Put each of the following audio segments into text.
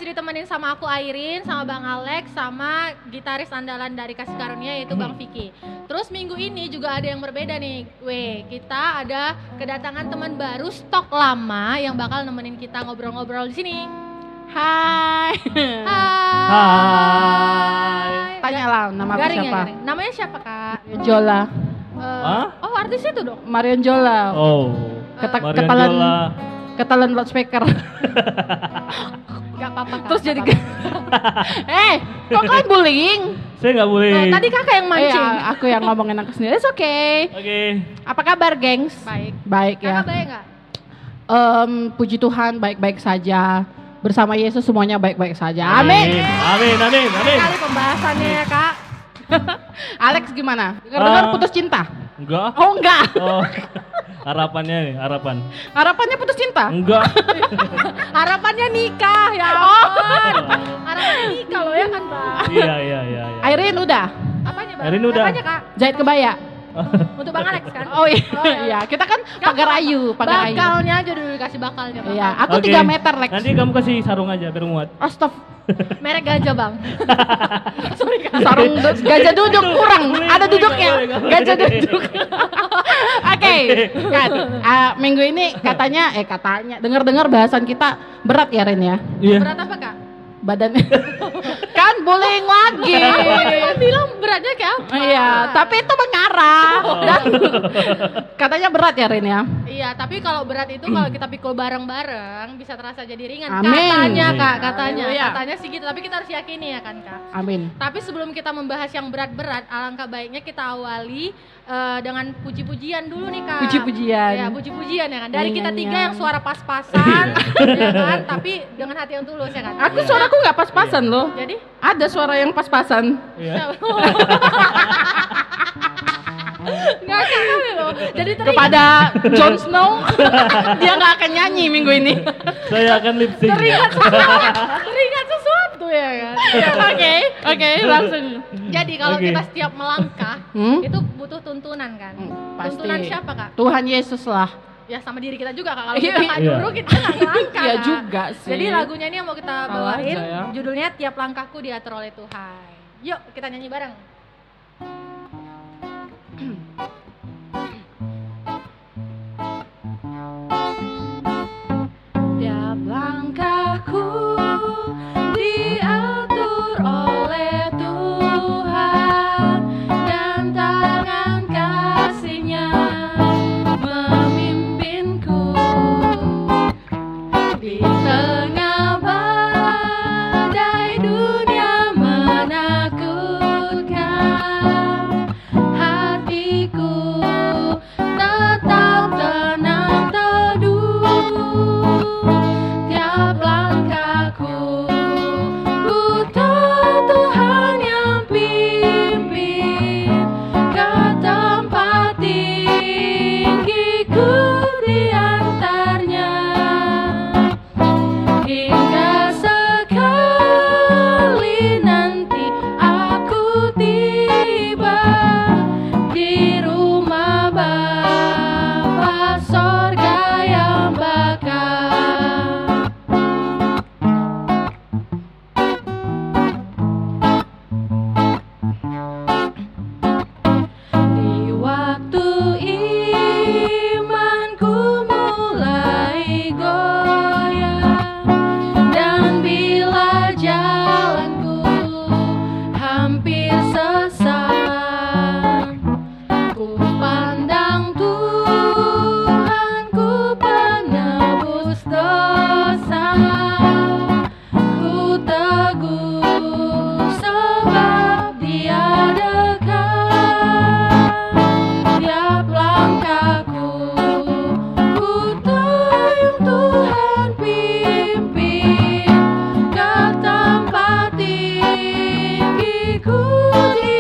ditemenin sama aku Airin, sama Bang Alex, sama gitaris andalan dari Kasih Karunia yaitu Bang Vicky. Terus minggu ini juga ada yang berbeda nih. Kita ada kedatangan teman baru stok lama yang bakal nemenin kita ngobrol-ngobrol di sini. Hai. Tanyalah nama aku siapa? Garing. Namanya siapa, Kak? Jola. Oh, artis itu dong. Marion Jola. Oh. Ketelan loudspeaker. Gak apa-apa, Kak. Terus jadi kok kalian bullying? Saya nggak boleh. Oh, tadi Kakak yang mancing. Aku yang ngomongin aku sendiri. It's okay. Oke. Apa kabar, gengs? Baik ya. Kakak baik nggak? Puji Tuhan baik-baik saja. Bersama Yesus semuanya baik-baik saja. Amin. Amin. Kali pembahasannya ya, Kak. Alex gimana? Dengar putus cinta? Enggak. Oh, enggak. Oh. Harapannya nih, Harapannya putus cinta? Enggak. Harapannya nikah, ya ampun. Harapannya nikah loh ya kan, Bang? Iya. Airin udah? Apanya, Bang? Airin udah. Apanya, Kak? Jahit kebaya? Untuk Bang Alex kan? Oh iya, kita kan pagar ayu. Bakalnya aja dulu dikasih bakalnya, Bang. Iya, aku 3 meter, Lex. Nanti kamu kasih sarung aja biar muat. Merek gajah, Bang. Sorry, Kak. Sarung gajah duduk kurang. Ada duduknya. Gajah duduk. Oke, kan. Minggu ini katanya dengar-dengar bahasan kita berat ya, Ren ya. Iya. Berat apa, Kak? Badannya kan bullying lagi. Kamu bilang beratnya kayak apa? Iya, tapi itu mengarah. Dan katanya berat ya, Rin ya. Iya, tapi kalau berat itu kalau kita pikul bareng-bareng bisa terasa jadi ringan. Amin. Katanya, Kak, Haleluya. katanya sih gitu. Tapi kita harus yakini ya kan, Kak. Amin. Tapi sebelum kita membahas yang berat-berat, alangkah baiknya kita awali dengan puji-pujian dulu nih, Kak. Puji-pujian. Ya, puji-pujian ya kan. Dari kita Nyanyian. 3 yang suara pas-pasan, ya kan. Tapi dengan hati yang tulus ya kan. Aku suaraku nggak pas-pasan loh. Jadi Ada suara yang pas-pasan. Iya. nggak tahu loh. Jadi teringat Kepada Jon Snow, dia nggak akan nyanyi minggu ini. Saya akan lip sync. teringat sesuatu ya kan. Oke, langsung. Jadi kalau Oke. kita setiap melangkah itu butuh tuntunan kan. Pasti. Tuntunan siapa, Kak? Tuhan Yesus lah. Ya sama diri kita juga, Kak. Kalau Iya. kita nggak nyuruh kita nggak melangkah. Iya Kak. juga sih. Jadi lagunya ini yang mau kita Salah bawain aja ya. judulnya Tiap Langkahku Diatur Oleh Tuhan. Yuk kita nyanyi bareng. Tiap langkahku diatur oleh Tuhan dan tangan kasih-Nya memimpinku di tengah badai dunia menakutkan. Hatiku tetap tenang teduh. Tiap langkahku ku tahu Tuhan yang pimpin ke tempat tinggiku diantarnya. Hingga sekali nanti aku tiba di rumah Bapa sorga yang bakal. Di waktu imanku mulai goyah dan bila jalanku hampir sesat, ku pandang Tuhan, ku penebus dosa, ku teguh sebab Dia dekat. Tiap langkahku ku tayung Tuhan pimpin ke tempat tinggiku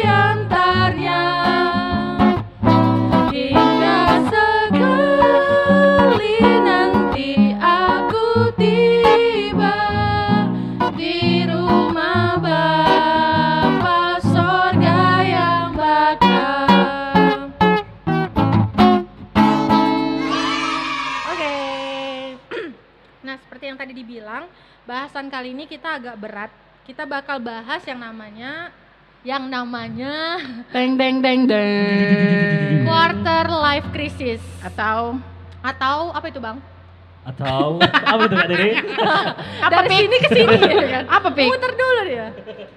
bahasan kali ini kita agak berat. Kita bakal bahas yang namanya Deng deng deng deng. quarter life crisis Atau apa itu, Bang? Atau apa itu Kak Diri? Dari sini ke sini ya kan. Apa, Pik? Muter dulu dia.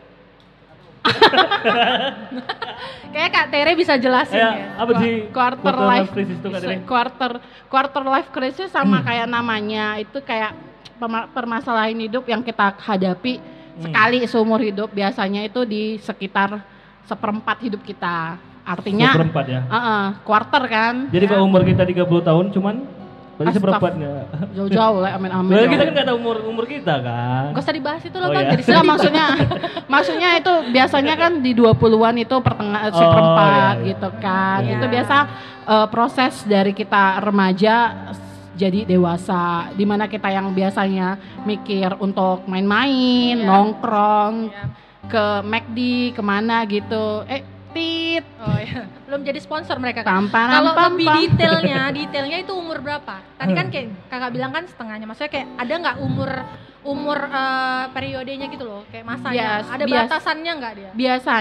Kayak Kak Tere bisa jelasin ya. Apa sih quarter life crisis itu Kak Diri? quarter life crisis sama kayak namanya, itu kayak permasalahan hidup yang kita hadapi sekali seumur hidup, biasanya itu di sekitar seperempat hidup kita. Artinya Seperempat ya. quarter kan. Jadi kalau umur kita 30 tahun cuman berarti seperempatnya. Jauh-jauh lah, amin. Kita kan nggak tahu umur kita kan. Gak usah dibahas itu loh, Oh, Bang. iya. Jadi Enggak, sedih. maksudnya itu biasanya kan di 20-an itu seperempat iya. gitu kan. Iya. Itu biasa proses dari kita remaja jadi dewasa, dimana kita yang biasanya mikir untuk main-main, Iya. nongkrong, Iya. ke McD, kemana gitu. Tit. Oh iya, belum jadi sponsor mereka. Pam, pam, Kalau pam, lebih pam. detailnya itu umur berapa? Tadi kan kayak kakak bilang kan setengahnya, maksudnya kayak ada nggak umur periodenya gitu loh, kayak masanya. Ada batasannya nggak dia?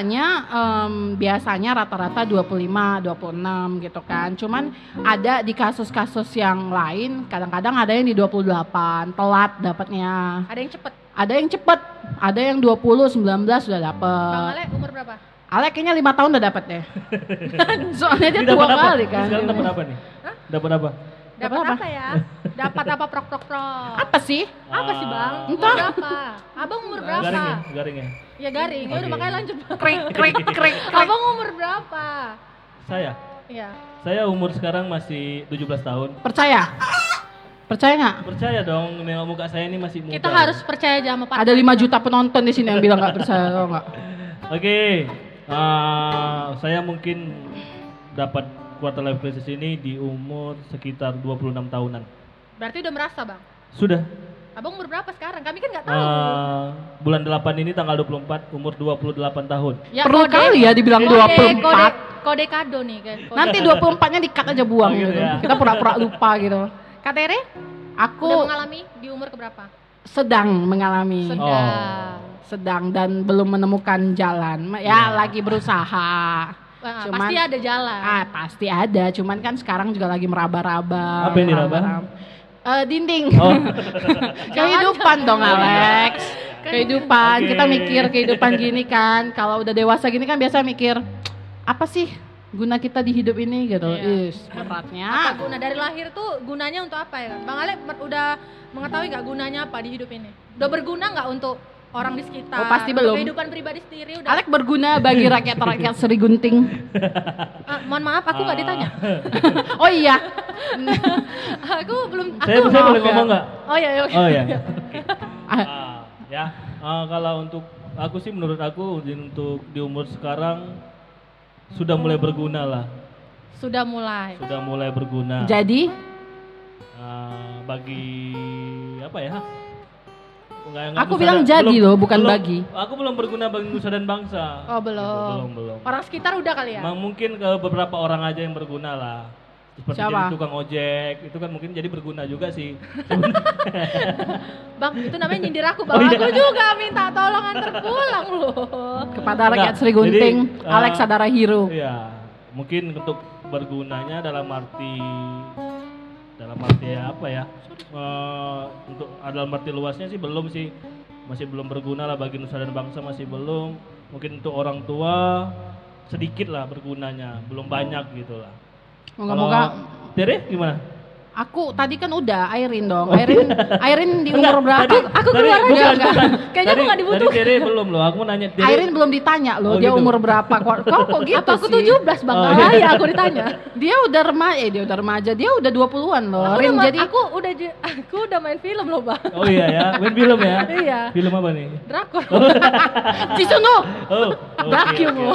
Biasanya rata-rata 25, 26 gitu kan. Cuman ada di kasus-kasus yang lain, kadang-kadang ada yang di 28, telat dapatnya. Ada yang cepet. Ada yang cepet, ada yang 20, 19 sudah Bang dapet. Ale umur berapa? Alek kayaknya 5 tahun udah dapet deh. Soalnya dia Ini tua dapat apa? kali kan. Sekarang dapat apa nih? Hah? Dapat apa? Dapat apa? apa ya? Dapat apa prok? Apa sih? Apa sih Bang? Umur Entah. berapa? Abang umur berapa? Garing ya? Ya garing. Ya udah Oke. makanya lanjut. Krik. Abang umur berapa? Saya? Iya. Saya umur sekarang masih 17 tahun. Percaya? Percaya nggak? Percaya dong, nengok muka saya ini masih muda. Kita harus percaya aja sama partner. Ada 5 juta penonton di sini yang bilang nggak percaya, tau nggak? Oke, saya mungkin dapat quarter life crisis ini di umur sekitar 26 tahunan. Berarti udah merasa Bang? Sudah. Abang umur berapa sekarang? Kami kan nggak tahu. Bulan 8 ini tanggal 24, umur 28 tahun. Ya, Perlu kali ya dibilang 24. Kode kado nih kan. Nanti 24-nya di-cut aja buang Oh, gitu gitu. ya. Kita pura-pura lupa gitu. Kak Tere? Aku Udah mengalami di umur keberapa? sedang mengalami. Sedang. Dan belum menemukan jalan. Ya, lagi berusaha. Wah, Cuman- pasti ada jalan. Pasti ada. Cuman kan sekarang juga lagi meraba-raba. Apa yang diraba? Dinding. Oh, Kehidupan dong, Alex. Kan- Kehidupan. Oke. Kita mikir kehidupan gini kan. Kalau udah dewasa gini kan biasa mikir, apa sih guna kita di hidup ini gitu. Iya. Beratnya. Apa guna dari lahir tuh gunanya untuk apa ya? Bang Ale udah mengetahui nggak gunanya apa di hidup ini? Udah berguna nggak untuk orang di sekitar? Oh, pasti untuk belum. Kehidupan pribadi sendiri udah. Alek berguna bagi rakyat-rakyat Seri Gunting. Mohon maaf, aku nggak ditanya. Oh iya. Aku belum. saya Aku. boleh maaf ya. ngomong nggak? Oh iya. Oh ya. Ah, Kalau untuk aku sih, menurut aku untuk di umur sekarang sudah mulai berguna lah. Sudah mulai. Sudah mulai berguna. Jadi Bagi apa ya? Aku bilang jadi loh, bukan belum- bagi. Aku belum berguna bagi nusa dan bangsa. Oh belum. Belum. Orang sekitar udah kali ya. Mungkin ke beberapa orang aja yang berguna lah. Seperti Siapa? jadi tukang ojek, itu kan mungkin jadi berguna juga sih. Bang, itu namanya nyindir aku. Oh, Bang, iya. aku juga minta tolong antar pulang loh. kepada rakyat Enggak, Seri Gunting, jadi, Alex Sadara Hero. Iya, mungkin untuk bergunanya dalam arti apa ya? Untuk dalam arti luasnya sih belum sih, masih belum berguna lah bagi nusa dan bangsa, masih belum. Mungkin untuk orang tua sedikit lah bergunanya, belum banyak gitu lah. Moga-moga Tere gimana? aku tadi kan udah Airin dong. Airin di umur berapa? Aku keluar aja. bukan. Kayaknya aku nggak dibutuhin. Tadi Tere belum loh, aku mau nanya Tere. Airin belum ditanya loh, Oh, dia gitu. umur berapa? Kok gitu Apa aku sih? 17 Bang? Oh, Ah, iya. ya aku ditanya. Dia udah remaja, dia udah 20-an loh. Aku Rin, udah, jadi aku udah main film loh Bang. Oh iya ya, main film ya? Iya. Film apa nih? Drakor. Jisunu. Oh, Vacuum loh.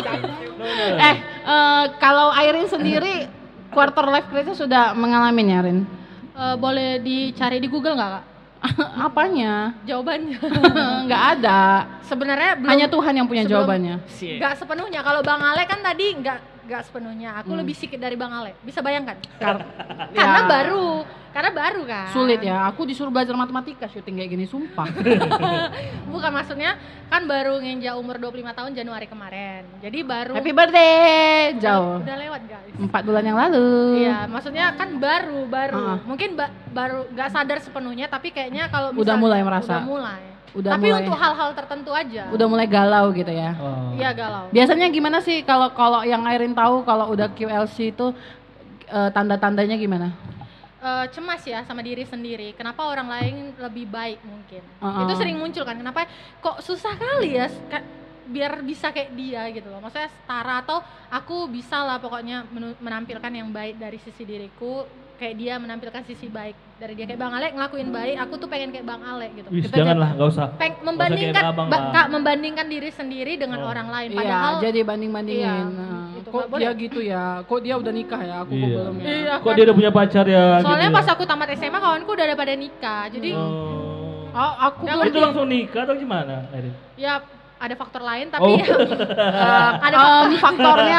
Kalau Airin sendiri quarter life crisis sudah mengalaminya, Rin? Boleh dicari di Google nggak Kak? Apanya? Jawabannya. Nggak ada. Sebenarnya belum. Hanya Tuhan yang punya sebelum- jawabannya. Nggak sepenuhnya. Kalau Bang Ale kan tadi nggak nggak sepenuhnya. Aku Hmm. lebih sikit dari Bang Ale. Bisa bayangkan? Karena Karena baru kan. sulit ya. Aku disuruh belajar matematika syuting kayak gini, sumpah. Bukan, maksudnya kan baru nginjak umur 25 tahun Januari kemarin. Jadi baru Happy birthday, jauh. Udah lewat guys. 4 bulan yang lalu. Iya, maksudnya kan baru. Mungkin baru nggak sadar sepenuhnya, tapi kayaknya kalau Udah misalnya mulai merasa. Tapi untuk hal-hal tertentu aja. Udah mulai galau gitu ya. Oh. Iya, galau. Biasanya gimana sih kalau yang Airin tahu kalau udah QLC itu tanda-tandanya gimana? Cemas ya sama diri sendiri. Kenapa orang lain lebih baik mungkin? Uh-uh. Itu sering muncul kan. Kenapa kok susah kali ya biar bisa kayak dia gitu loh. Maksudnya setara atau aku bisa lah pokoknya menampilkan yang baik dari sisi diriku, kayak dia menampilkan sisi baik dari dia. Kayak Bang Ale ngelakuin baik, aku tuh pengen kayak Bang Ale gitu. Wih, janganlah, nggak usah. Membandingkan diri sendiri dengan orang lain. Padahal iya, jadi banding-bandingin. Iya, Nah, itu kok nggak dia boleh. gitu ya? Kok dia udah nikah ya? Aku kok Iya. belum ya? Iya, Kok dia udah punya pacar ya? soalnya gitu pas ya? aku tamat SMA kawanku udah ada pada nikah. Jadi Oh, aku Nggak belum. Itu langsung nikah atau gimana, Airin? ya ada faktor lain tapi Oh. ada Faktornya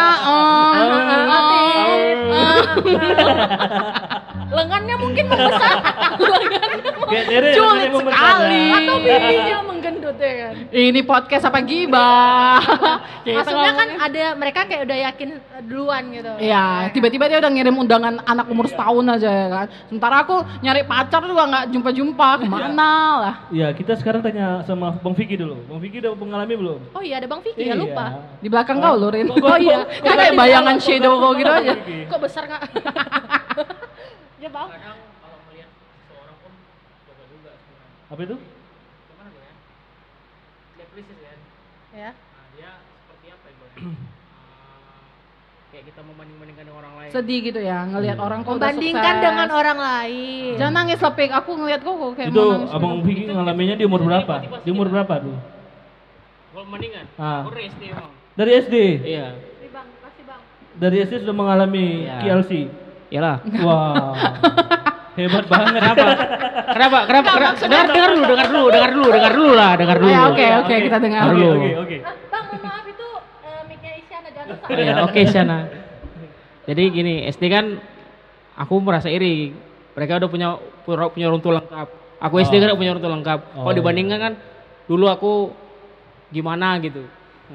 lengannya mungkin membesar, Kayak Tere, Sulit yang membesar, sekali. ya. atau pipinya menggendut ya kan. ini podcast apa gibah? Maksudnya kan ada mereka kayak udah yakin duluan gitu. Iya, tiba-tiba dia udah ngirim undangan anak umur setahun aja ya kan. Sementara aku nyari pacar juga nggak jumpa-jumpa, kemana lah. Iya, kita sekarang tanya sama Bang Vicky dulu. Bang Vicky udah mengalami belum? Oh iya, ada Bang Vicky ya, lupa. Di belakang kau loh, Rin. Oh, iya. Kan kayak bayangan shadow kau gitu aja. Kok besar Kak? Ya Bang. Apa itu? Ya. Dia seperti apa ya, kayak kita membanding-bandingkan dengan orang lain. Sedih gitu ya, ngelihat orang kok udah Membandingkan sukses. dengan orang lain. Jangan nangis lepik, aku ngelihat kok kayak Itu mau nangis. Abang Vicky ngalaminnya di umur berapa? Di umur berapa dulu? Kalau membandingkan, Ah. aku dari SD emang. Dari SD? Iya. Kasih Bang, kasih Bang. Dari SD sudah mengalami Iya. KLC? Iyalah. Wow. Hebat banget. Kenapa? Dengar dulu lah. Ya, oke, kita dengar. Dulu. Oke. Bang, mohon maaf itu mic-nya Isyana jangan rusak. Iya, oke Shana. Jadi gini, SD kan aku merasa iri. Mereka udah punya orang tua lengkap. Aku SD kan udah punya orang tua lengkap. Kalau iya. dibandingkan kan dulu aku gimana gitu.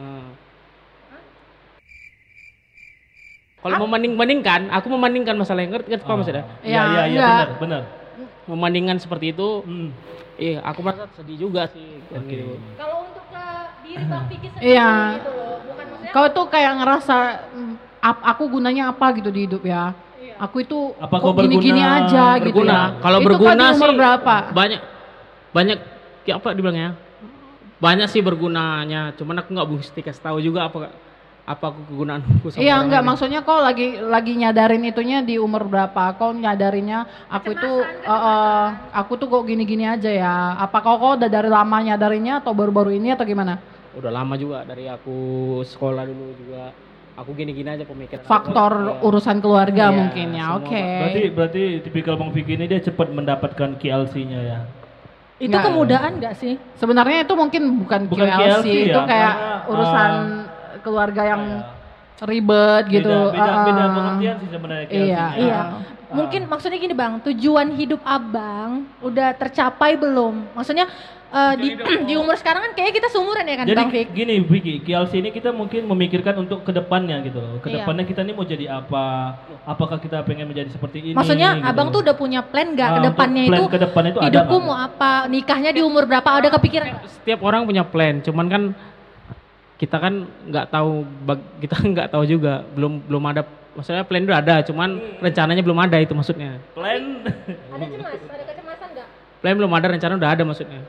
Kalau membandingkan, aku membandingkan masalah yang ngerti apa maksudnya? Iya, Ya, iya, enggak. benar. Membandingkan seperti itu, Hmm. aku merasa sedih juga sih. Kan Oke. gitu. Kalau untuk ke diri Bang Vicky sendiri Iya. gitu loh, bukan maksudnya Kau tuh kayak ngerasa aku gunanya apa gitu di hidup ya. Iya. Aku itu Apa kok kau berguna? gini-gini aja gitu Berguna. ya. Kalau Itu berguna kau di umur sih berapa? banyak ya apa dibilangnya? Banyak sih bergunanya, cuman aku nggak mesti kasih tahu juga apa kegunaanku sama Iya orang enggak, lain. maksudnya kau lagi nyadarin itunya di umur berapa? Kau nyadarinnya aku itu aku tuh kok gini-gini aja ya. Apa kau udah dari lama nyadarinnya atau baru-baru ini atau gimana? Udah lama juga dari aku sekolah dulu juga. Aku gini-gini aja pemikiran. Faktor Iya. urusan keluarga Iya, mungkin ya. semua, Oke. Berarti tipikal Bang Vicky ini dia cepat mendapatkan KLC-nya ya. itu Nggak. kemudahan nggak sih? Sebenarnya itu mungkin bukan Bukan QLC, QLC itu ya, kayak karena, urusan keluarga yang ribet gitu. Beda pengertian sih sebenarnya KLC-nya. Iya, Iya. Mungkin maksudnya gini Bang, tujuan hidup Abang udah tercapai belum? Maksudnya di umur sekarang kan kayaknya kita seumuran ya kan Jadi Bang Vick? gini Vicky, KLC ini kita mungkin memikirkan untuk kedepannya gitu loh. Kedepannya kita nih mau jadi apa? Apakah kita pengen menjadi seperti ini? Maksudnya gitu Abang loh. tuh udah punya plan nggak ke untuk depannya plan itu? ke depan itu ada Hidupku nggak? mau apa? Nikahnya di umur berapa? Ada kepikiran? Setiap orang punya plan, cuman kan kita kan nggak tahu, kita nggak tahu juga, belum ada. Maksudnya plan udah ada, cuman rencananya belum ada, itu maksudnya. Plan Ada cemas, ada kecemasan nggak? Plan belum ada, rencana udah ada maksudnya.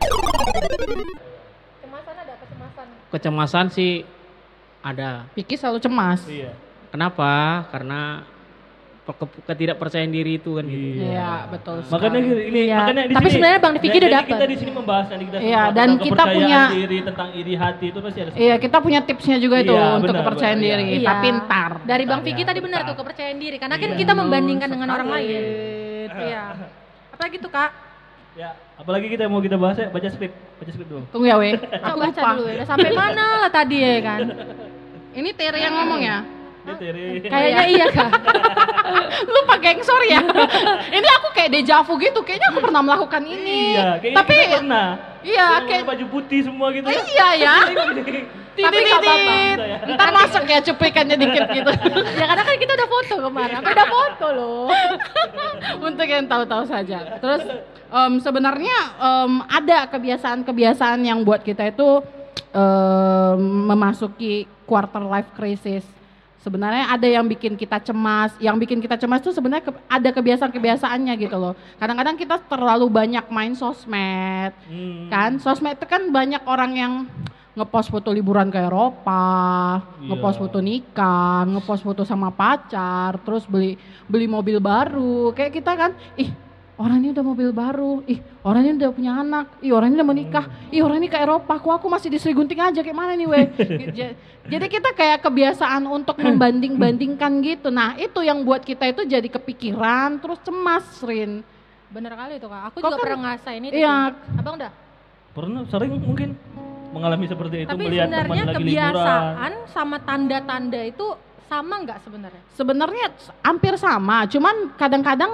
Kecemasan ada kecemasan. Kecemasan sih ada. Vicky selalu cemas. Iya. Kenapa? Karena ketidakpercayaan diri itu kan gitu. Iya, betul. Makanya sekali. ini Iya. makanya di Tapi sini. sebenarnya Bang Vicky udah Jadi dapat. kita di sini membahas nanti kita Iya, semua dan tentang kita kepercayaan punya- diri, tentang iri hati itu pasti ada. Iya, kita punya tipsnya juga itu Iya, untuk benar, kepercayaan benar, diri. iya. Tapi ntar. Dari Bang Bentar, Vicky ya, tadi benar bentar. tuh kepercayaan diri. Karena kan Iya. kita membandingkan dengan orang lain. Iya. Apalagi tuh Kak? Ya, apalagi kita mau kita bahas ya, baca skrip dulu. Tunggu ya, We. Coba Aku baca lupa. dulu ya. Udah sampai mana lah tadi ya kan? Ini Tere yang ngomong ya? Dia Tere. Kayaknya iya Kak. Lupa gengsor ya. Ini aku kayak dejavu gitu. Kayaknya aku pernah melakukan ini. Iya, kayaknya Tapi kita pernah. iya, Yang kayak pakai baju putih semua gitu ya. iya ya. Tapi nggak apa-apa. Ntar masuk ya cuplikannya dikit gitu. Ya karena kan kita udah foto kemarin. Aku udah foto loh. Untuk yang tahu-tahu saja. Terus sebenarnya ada kebiasaan-kebiasaan yang buat kita itu memasuki quarter life crisis. Sebenarnya ada yang bikin kita cemas. Yang bikin kita cemas itu sebenarnya ada kebiasaan-kebiasaannya gitu loh. Kadang-kadang kita terlalu banyak main sosmed, kan? Sosmed itu kan banyak orang yang ngepost foto liburan ke Eropa, ngepost foto nikah, ngepost foto sama pacar, terus beli mobil baru. Kayak kita kan, ih orang ini udah mobil baru, ih orang ini udah punya anak, ih orang ini udah menikah, ih orang ini ke Eropa, kok aku masih di Sri Gunting aja, kayak mana nih weh. Jadi kita kayak kebiasaan untuk membanding-bandingkan gitu. Nah itu yang buat kita itu jadi kepikiran, terus cemas, Rin. Bener kali itu Kak. Aku Kok juga kan- pernah ngerasain itu Iya. sih. Abang udah? Pernah sering mungkin mengalami seperti itu, Tapi melihat teman sebenarnya lagi liburan. kebiasaan sama tanda-tanda itu sama nggak sebenarnya? Sebenarnya hampir sama, cuman kadang-kadang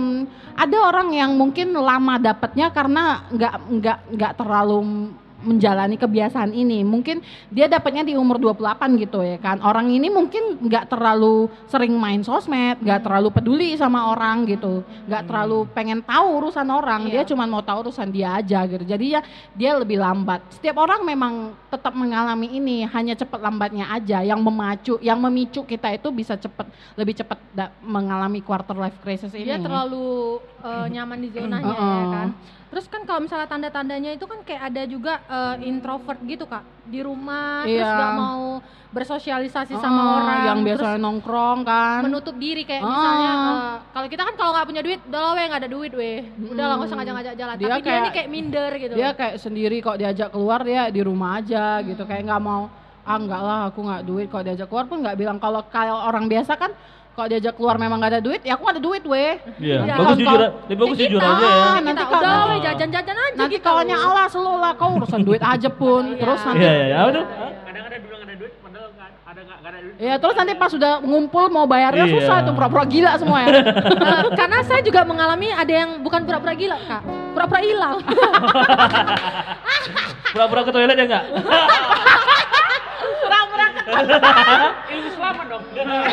ada orang yang mungkin lama dapatnya karena nggak terlalu menjalani kebiasaan ini. Mungkin dia dapatnya di umur 28 gitu ya kan. Orang ini mungkin nggak terlalu sering main sosmed, nggak terlalu peduli sama orang gitu, nggak terlalu pengen tahu urusan orang. Dia cuma mau tahu urusan dia aja gitu. Jadi ya dia lebih lambat. Setiap orang memang tetap mengalami ini, hanya cepat lambatnya aja. Yang memicu kita itu bisa lebih cepat mengalami quarter life crisis ini. Dia terlalu nyaman di zonanya ya kan. Terus kan kalau misalnya tanda-tandanya itu kan kayak ada juga introvert gitu Kak, di rumah terus Iya. gak mau bersosialisasi sama orang, yang terus biasa nongkrong kan. menutup diri kayak misalnya kalau kita kan kalau nggak punya duit, udah lah weh nggak ada duit weh, udah lah nggak usah ngajak-ngajak jalan. Dia Tapi dia kayak- ini kayak minder gitu. Dia kayak sendiri kok diajak keluar dia di rumah aja gitu, kayak nggak mau, enggak lah aku nggak duit, kalau diajak keluar pun nggak bilang. Kalau orang biasa kan kalau diajak keluar memang nggak ada duit, ya aku nggak ada duit weh. Iya, Iya. bagus Kalau- jujur, lebih bagus jujur aja ya. nanti nanti kalau- udah weh jajan-jajan aja Nanti gitu. kawannya Allah selalu lah, kau urusan duit aja pun. Terus nanti Iya, iya, apa tuh? Kadang ada bilang ada duit, padahal nggak ada duit. ya terus nanti pas sudah ngumpul mau bayarnya Iya. susah itu, pura-pura gila semua ya. Karena saya juga mengalami ada yang bukan pura-pura gila Kak, pura-pura hilang. Pura-pura ke toilet ya enggak? Ilmu selamat dong.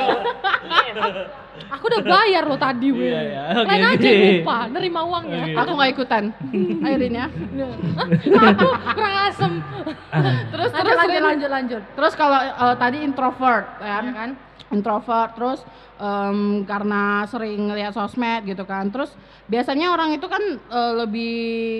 Aku udah bayar loh tadi weh. Iya, iya. Oke, Lain aja oke. lupa nerima uangnya. Oke. Aku nggak ikutan. Airin ya. Aku kurang asem. Terus Lanjut. Terus kalau tadi introvert ya Ya kan? Introvert, terus karena sering ngeliat sosmed gitu kan. Terus biasanya orang itu kan lebih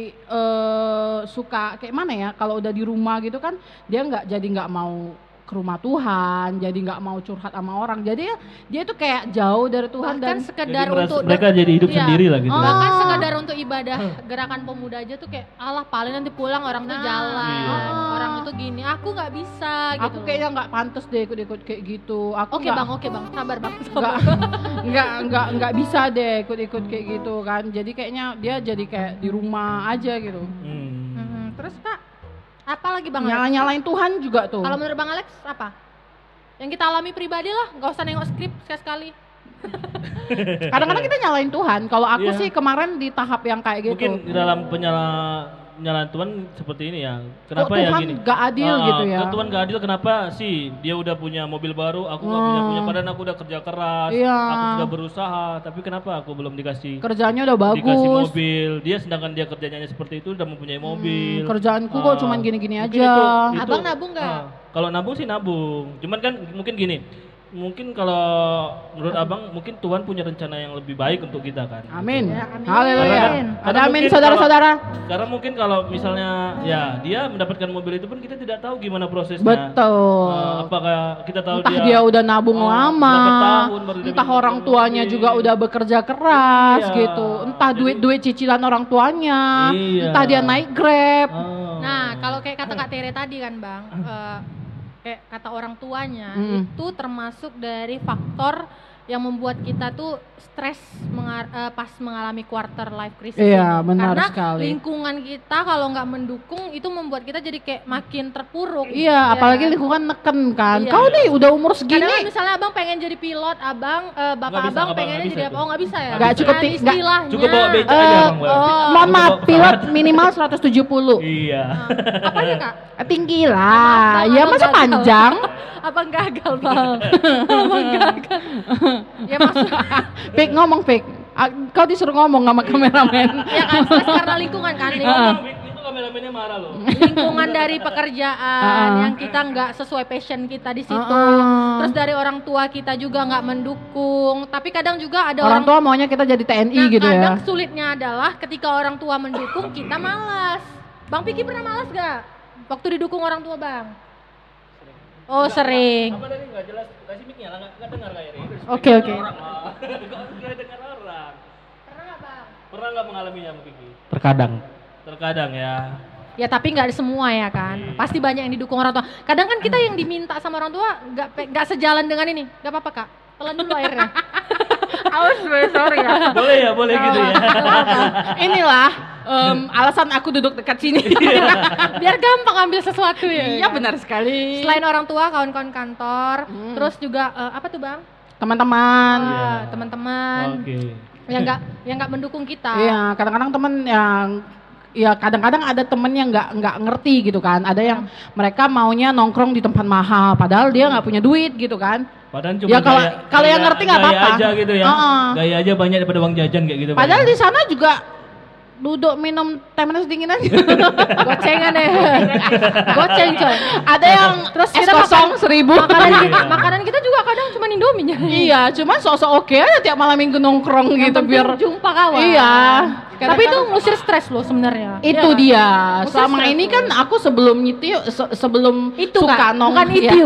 suka kayak mana ya, kalau udah di rumah gitu kan dia nggak mau ke rumah Tuhan, jadi nggak mau curhat sama orang, jadi dia tuh kayak jauh dari Tuhan. Bahkan Dan sekedar Jadi untuk mereka jadi hidup Iya. sendiri lah gitu. Bahkan Oh. sekedar untuk ibadah gerakan pemuda aja tuh kayak alah paling nanti pulang orang tuh jalan, Iya. orang itu gini, aku nggak bisa gitu. aku kayaknya nggak pantas deh ikut-ikut kayak gitu. Aku Oke bang, sabar bang, nggak sabar. nggak bisa deh ikut-ikut kayak gitu kan. Jadi kayaknya dia jadi kayak di rumah aja gitu. Terus kak, apa lagi bang Alex? Nyala-nyalain Tuhan juga tuh. Kalau menurut bang Alex apa? Yang kita alami pribadi lah, nggak usah nengok skrip sekali-sekali. Kadang-kadang kita nyalain Tuhan. Kalau aku Iya. sih kemarin di tahap yang kayak gitu. Mungkin di dalam penyalaan Tuhan seperti ini ya. Kenapa Kok ya Tuhan gini? nggak adil gitu ya? Tuhan gak adil kenapa sih? Dia udah punya mobil baru, aku nggak punya. Padahal aku udah kerja keras, Iya. aku sudah berusaha, tapi kenapa aku belum dikasih Kerjanya udah dikasih bagus. mobil? Dia sedangkan dia kerjanya seperti itu udah mempunyai mobil. Kerjaanku kok cuman gini-gini Mungkin aja. Abang nabung nggak? Kalau nabung sih nabung. Cuman kan mungkin gini. Mungkin kalau menurut abang mungkin Tuhan punya rencana yang lebih baik untuk kita kan. Amin. Ya, amin. Haleluya. Karena Ada amin mungkin saudara-saudara. Karena mungkin kalau misalnya ya dia mendapatkan mobil itu pun kita tidak tahu gimana prosesnya. Betul. Apakah kita tahu Entah dia udah nabung lama, berapa tahun baru dia entah bisa orang beli tuanya mobil. juga udah bekerja keras Iya. gitu, entah Jadi- duit-duit cicilan orang tuanya, Iya. entah dia naik Grab. Oh. Nah, kalau kayak kata Kak Tere tadi kan bang, kayak kata orang tuanya Hmm. itu termasuk dari faktor yang membuat kita tuh stres pas mengalami quarter life crisis Iya, ini. benar Karena sekali. lingkungan kita kalau nggak mendukung itu membuat kita jadi kayak makin terpuruk. Iya, Ya apalagi kan? lingkungan neken kan. Iya. Kau nih udah umur Kadang kan segini. misalnya abang pengen jadi pilot, bapak Nggak bisa, abang abang pengennya nggak jadi bisa apa? tuh. Oh nggak bisa ya? Nggak cukup Kan nggak- istilahnya. Cukup bawa beca aja Bang. Mohon maaf, pilot minimal 170. Iya. Apanya kak? Tinggi lah. Abang Ya masa gagal. panjang? Abang gagal bang. Abang gagal. Ya maksud Fik ngomong Fik. Kau disuruh ngomong sama kameramen. ya kan stres karena lingkungan kan lingkungan, Itu kameramennya marah loh. lingkungan dari pekerjaan yang kita nggak sesuai passion kita di situ. Terus dari orang tua kita juga nggak mendukung. Tapi kadang juga ada Orang tua maunya kita jadi TNI Nah, gitu ya. kadang sulitnya adalah ketika orang tua mendukung kita malas. Bang Piki pernah malas gak? Waktu didukung orang tua bang? Oh sering. Apa tadi nggak jelas? Kasih mic-nya lah, nggak dengar kayak ini. Oke, oke. Nggak dengar orang. Pernah gak bang? Pernah nggak mengalaminya Bang Piki? Terkadang. Terkadang ya. Ya tapi nggak semua ya kan. Pasti banyak yang didukung orang tua. Kadang kan kita yang diminta sama orang tua nggak sejalan dengan ini. Nggak apa-apa kak. Telan dulu airnya. Awas, sorry ya. Boleh ya, boleh gitu ya. Inilah alasan aku duduk dekat sini. Biar gampang ambil sesuatu ya. Iya benar sekali. Selain orang tua, kawan-kawan kantor, terus juga apa tuh bang? Teman-teman. Teman-teman Oke. yang nggak mendukung kita. Iya, kadang-kadang teman yang ya kadang-kadang ada temen yang nggak ngerti gitu kan. Ada yang mereka maunya nongkrong di tempat mahal, padahal dia nggak punya duit gitu kan. Padahal cuma Ya, kalau yang ngerti nggak apa-apa. Gaya aja gitu ya. Heeh. Gaya aja banyak daripada uang jajan kayak gitu. Padahal Bang. di sana juga duduk minum teh manis dingin aja. Gocengan ya. Goceng coy. Ada yang Terus es kita kosong 1.000. Makanan kita juga kadang cuma Indomie. Iya, cuman sok-sok oke aja tiap malam minggu nongkrong Yang gitu penting biar jumpa kawan. Iya. Tapi itu ngusir stres loh sebenarnya. Itu Iya kan? dia. Ngusir Selama stres ini loh. kan aku sebelum nyetiu sebelum Itu, suka Kak. Bukan iya. itu.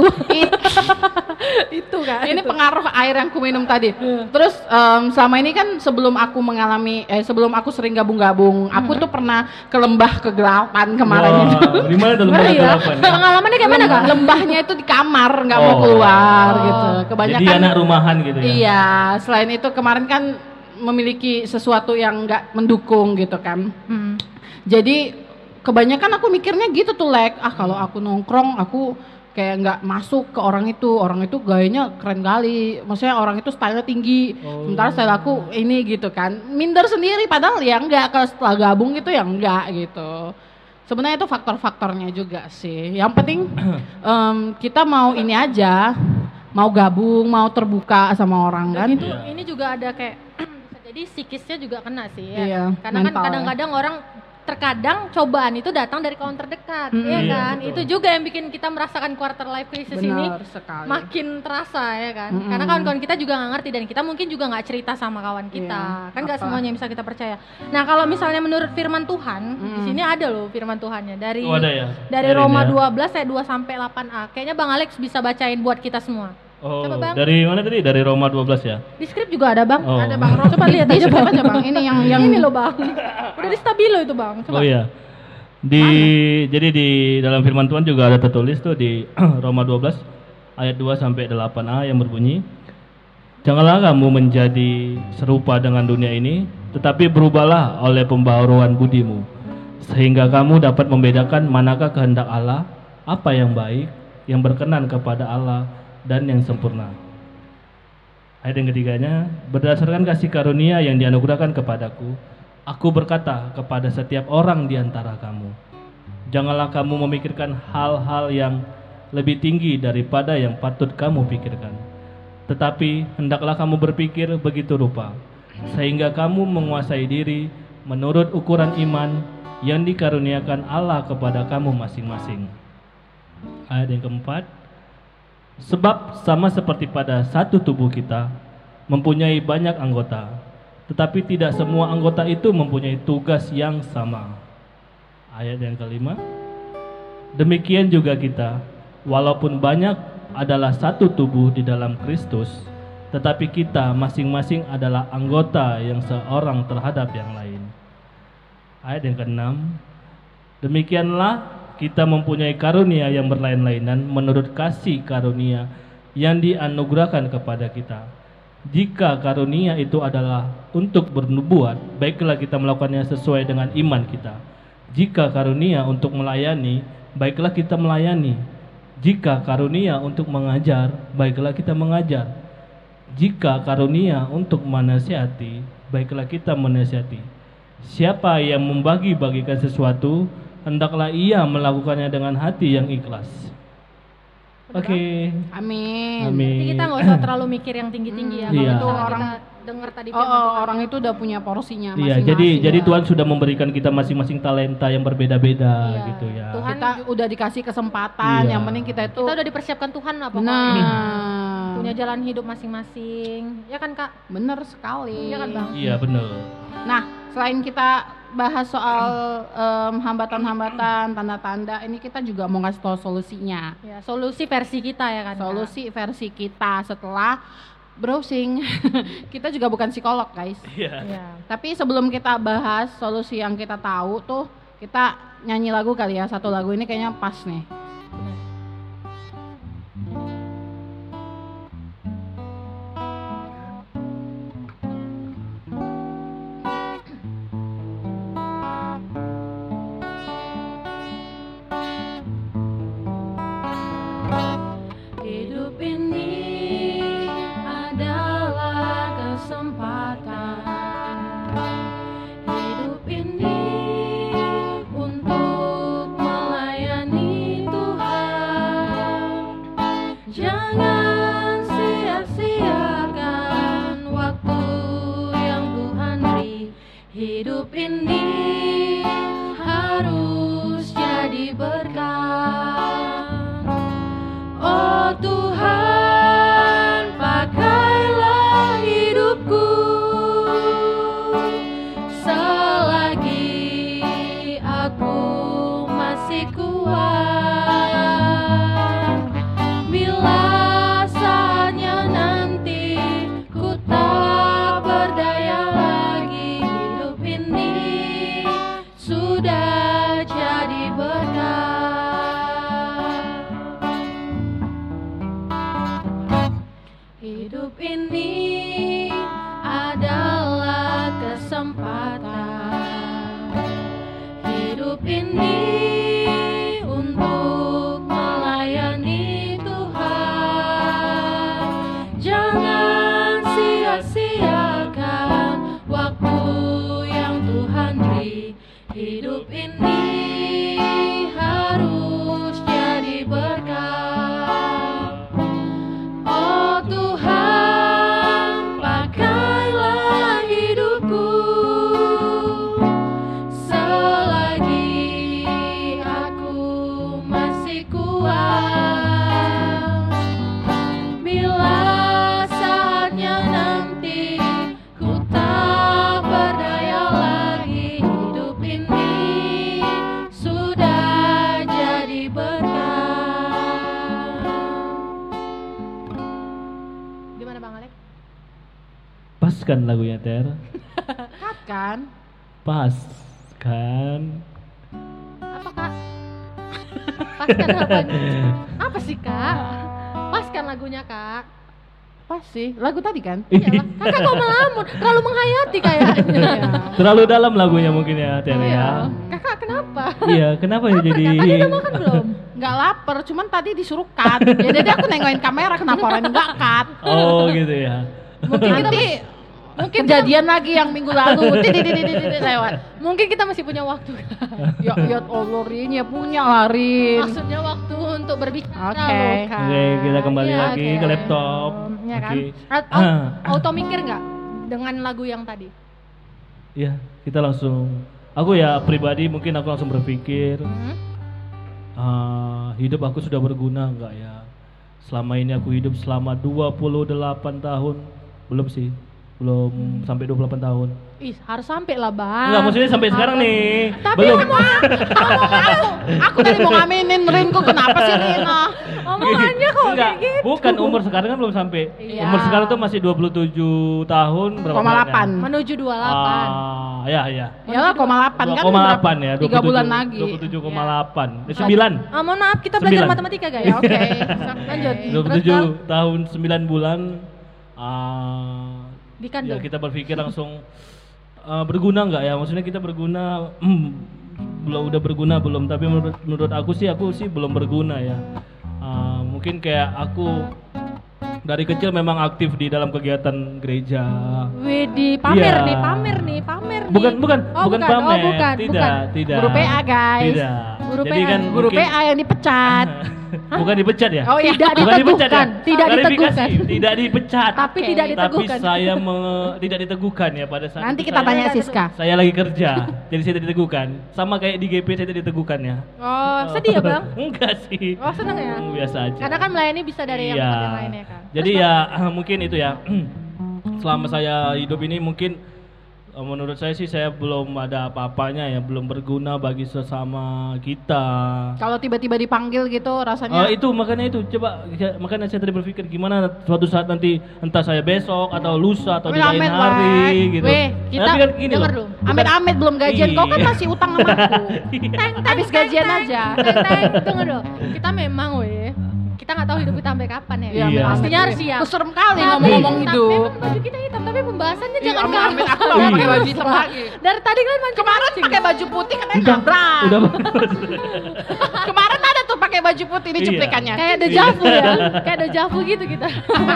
Itu kan. Ini pengaruh air yang ku minum tadi. Terus selama ini kan sebelum aku sebelum aku sering gabung-gabung, aku tuh pernah ke lembah kegelapan kemarin itu. Wah, di mana tuh lembah Ngeri ya. kegelapan? Pengalamannya kayak mana kak? Lembahnya itu di kamar, nggak mau keluar gitu. Kebanyakan Jadi anak rumahan gitu ya. Iya, selain itu kemarin kan memiliki sesuatu yang nggak mendukung gitu kan. Jadi kebanyakan aku mikirnya gitu tuh Lek, kalau aku nongkrong aku kayak nggak masuk ke orang itu gayanya keren kali, maksudnya orang itu stylenya tinggi, sementara style aku ini gitu kan, minder sendiri padahal ya nggak, kalau setelah gabung gitu ya nggak gitu. Sebenarnya itu faktor-faktornya juga sih. Yang penting kita mau ini aja, mau gabung, mau terbuka sama orang kan. Itu ini juga ada kayak bisa jadi psikisnya juga kena sih ya. Iya, Karena kan mental ya. kadang-kadang orang terkadang cobaan itu datang dari kawan terdekat, ya Iya, kan? betul. Itu juga yang bikin kita merasakan quarter life crisis ini Benar sekali. makin terasa ya kan? Karena kawan-kawan kita juga nggak ngerti dan kita mungkin juga nggak cerita sama kawan kita, Iya, kan nggak apa? semuanya bisa kita percaya. Nah kalau misalnya menurut Firman Tuhan, di sini ada loh Firman Tuhannya dari Oh, ada ya? dari Biarin Roma ya. 12 ayat 2 sampai 8a. Kayaknya Bang Alex bisa bacain buat kita semua. Oh, Coba, Bang. dari mana tadi? Dari Roma 12 ya? Di skrip juga ada Bang. Oh. Ada Bang Rom, Coba lihat aja Coba Bang. aja Bang. Ini yang Ini loh Bang. Udah di stabilo itu Bang. Coba. Oh iya. Jadi di dalam firman Tuhan juga ada tertulis tuh di Roma 12 ayat 2 sampai 8a yang berbunyi, janganlah kamu menjadi serupa dengan dunia ini, tetapi berubahlah oleh pembaharuan budimu, sehingga kamu dapat membedakan manakah kehendak Allah, apa yang baik, yang berkenan kepada Allah, dan yang sempurna. Ayat yang ketiganya, berdasarkan kasih karunia yang dianugerahkan kepadaku, aku berkata kepada setiap orang di antara kamu, janganlah kamu memikirkan hal-hal yang lebih tinggi daripada yang patut kamu pikirkan. Tetapi hendaklah kamu berpikir begitu rupa, sehingga kamu menguasai diri menurut ukuran iman yang dikaruniakan Allah kepada kamu masing-masing. Ayat yang keempat, sebab sama seperti pada satu tubuh kita mempunyai banyak anggota, tetapi tidak semua anggota itu mempunyai tugas yang sama. Ayat yang kelima, demikian juga kita, walaupun banyak adalah satu tubuh di dalam Kristus, tetapi kita masing-masing adalah anggota yang seorang terhadap yang lain. Ayat yang keenam, demikianlah kita mempunyai karunia yang berlain-lainan menurut kasih karunia yang dianugerahkan kepada kita. Jika karunia itu adalah untuk bernubuat, baiklah kita melakukannya sesuai dengan iman kita. Jika karunia untuk melayani, baiklah kita melayani. Jika karunia untuk mengajar, baiklah kita mengajar. Jika karunia untuk menasihati, baiklah kita menasihati. Siapa yang membagi-bagikan sesuatu, hendaklah ia melakukannya dengan hati yang ikhlas. Oke. Amin. Jadi Amin. kita nggak usah terlalu mikir yang tinggi-tinggi ya. Kalau Iya. misalnya Orang- kita dengar tadi Oh, firman Tuhan. orang itu udah punya porsinya Iya, masing-masing. jadi Tuhan sudah memberikan kita masing-masing talenta yang berbeda-beda Iya. gitu ya. Tuhan kita udah dikasih kesempatan, Iya. yang penting kita itu kita udah dipersiapkan Tuhan lah pokoknya. nah, Punya jalan hidup masing-masing. Ya kan Kak? bener sekali. Iya kan Bang? Iya, benar. Nah, selain kita bahas soal hambatan-hambatan, tanda-tanda, ini kita juga mau ngasih tahu solusinya. Ya, solusi versi kita ya kan. Kak? Solusi versi kita setelah browsing. Kita juga bukan psikolog, guys. Iya. Iya. Tapi sebelum kita bahas solusi yang kita tahu tuh, kita nyanyi lagu kali ya. Satu lagu ini kayaknya pas nih. Benar. Hidup ini adalah kesempatan. Hidup ini untuk melayani Tuhan. Jangan sia-siakan waktu yang Tuhan beri. Hidup ini harus jadi berkat. Oh Tuhan, pakailah hidupku selagi aku masih kuat. Bila saatnya nanti ku tak berdaya lagi, hidup ini sudah jadi berkat. Hidup ini adalah kesempatan. Hidup ini untuk melayani Tuhan. Jangan sia-siakan waktu yang Tuhan beri. Hidup ini harus jadi berkat. Oh Tuhan, pakailah hidupku selagi aku masih kuat. Bila saatnya nanti ku tak berdaya lagi, hidup ini sudah jadi berkat. Gimana Bang Alek? Pas kan lagunya, Ter? Cut kan? Pas kan? Apa Kak? Paskan apa? Apa sih Kak? Paskan lagunya Kak. Pas sih. Lagu tadi kan? Iyalah, kakak kok melamun, terlalu menghayati kayaknya. Terlalu dalam lagunya mungkin ya, Ter Iya. ya. Kakak kenapa? Iya, kenapa ya jadi? Tadi udah makan belum? Nggak lapar, cuman tadi disuruh cut. Jadi aku nengokin kamera, kenapa orang nggak cut? Oh, gitu ya. Mungkin nanti kejadian lagi yang minggu lalu. Tidididididid lewat. Mungkin kita masih punya waktu. Ya Allah, Rin, ya punya lah, Rin. Maksudnya waktu untuk berbicara Oke. loh, Kak. Oke, kita kembali Iya, lagi oke. ke laptop. Ya kan? Oke. Auto mikir nggak dengan lagu yang tadi? Iya, kita langsung. Aku ya pribadi mungkin aku langsung berpikir, hidup aku sudah berguna enggak ya? Selama ini aku hidup selama 28 tahun. Belum sih. Belum sampai 28 tahun. Ih, harus sampai lah Bang. Enggak, maksudnya sampai sekarang nih. Tapi Belum. Aku tadi mau ngaminin Rin, kok kenapa sih Rin? Omongannya kok Enggak, kayak gitu. bukan umur sekarang kan belum sampai. Iya. Umur sekarang tuh masih 27 tahun berapa Koma bulannya? 8. Menuju 28. Ya, ya. Iyalah, 0,8 kan 2,8 ya, 3 bulan lagi. 27,8. 9. Mohon maaf, kita belajar 9. matematika guys. Ya, oke. Lanjut. 27 tahun 9 bulan Dikandung. ya kita berpikir langsung berguna nggak ya? Maksudnya kita berguna, belum udah berguna belum? Tapi menurut aku sih belum berguna ya. Mungkin kayak aku dari kecil memang aktif di dalam kegiatan gereja. Widih, pamer Iya. nih, pamer nih. Bukan Oh, pamer. bukan. Tidak. Guru PA guys. Tidak. Guru Jadi PA. kan Guru mungkin- PA yang dipecat. Bukan dipecat ya? Oh iya. Tidak Bukan dipecat ya? diteguhkan, tidak Klarifikasi, diteguhkan. tidak dipecat. Tapi Oke. tidak Tapi diteguhkan. saya tidak diteguhkan ya pada saat Nanti itu kita saya- tanya Siska. Saya lagi kerja, jadi saya tidak diteguhkan. Sama kayak di GP saya tidak diteguhkan ya. Oh, sedih ya bang? Enggak sih. Oh, seneng ya? Biasa aja. Karena kan melayani bisa dari yang Iya. tempat yang lainnya kan. Jadi ya mungkin itu ya. Selama saya hidup ini mungkin menurut saya sih saya belum ada apa-apanya ya, belum berguna bagi sesama kita. Kalau tiba-tiba dipanggil gitu rasanya. Itu makanya makanya saya tadi berpikir gimana suatu saat nanti entah saya besok atau lusa atau di lain Amit-amit, hari Wak. gitu. Weh, kita Tapi kan gini denger loh. dulu. Amit-amit belum gajian, kau kan Iya. masih utang sama aku. Habis gajian aja. Tunggu dulu. Kita memang kita nggak tahu hidup kita sampai kapan ya. Iya. Pastinya harus siap. Aku serem kali Tapi- ngomong-ngomong hidup. Memang baju kita hitam, tapi pembahasannya Iya, jangan amit-amit, ke aku nggak mau pakai baju hitam lagi. Dari tadi kan mancing. Kemarin pakai baju putih katanya Udah, nabrak. udah. Kemarin ada tuh pakai baju putih ini Iya. cuplikannya. Kayak dejavu ya. Kayak dejavu gitu kita.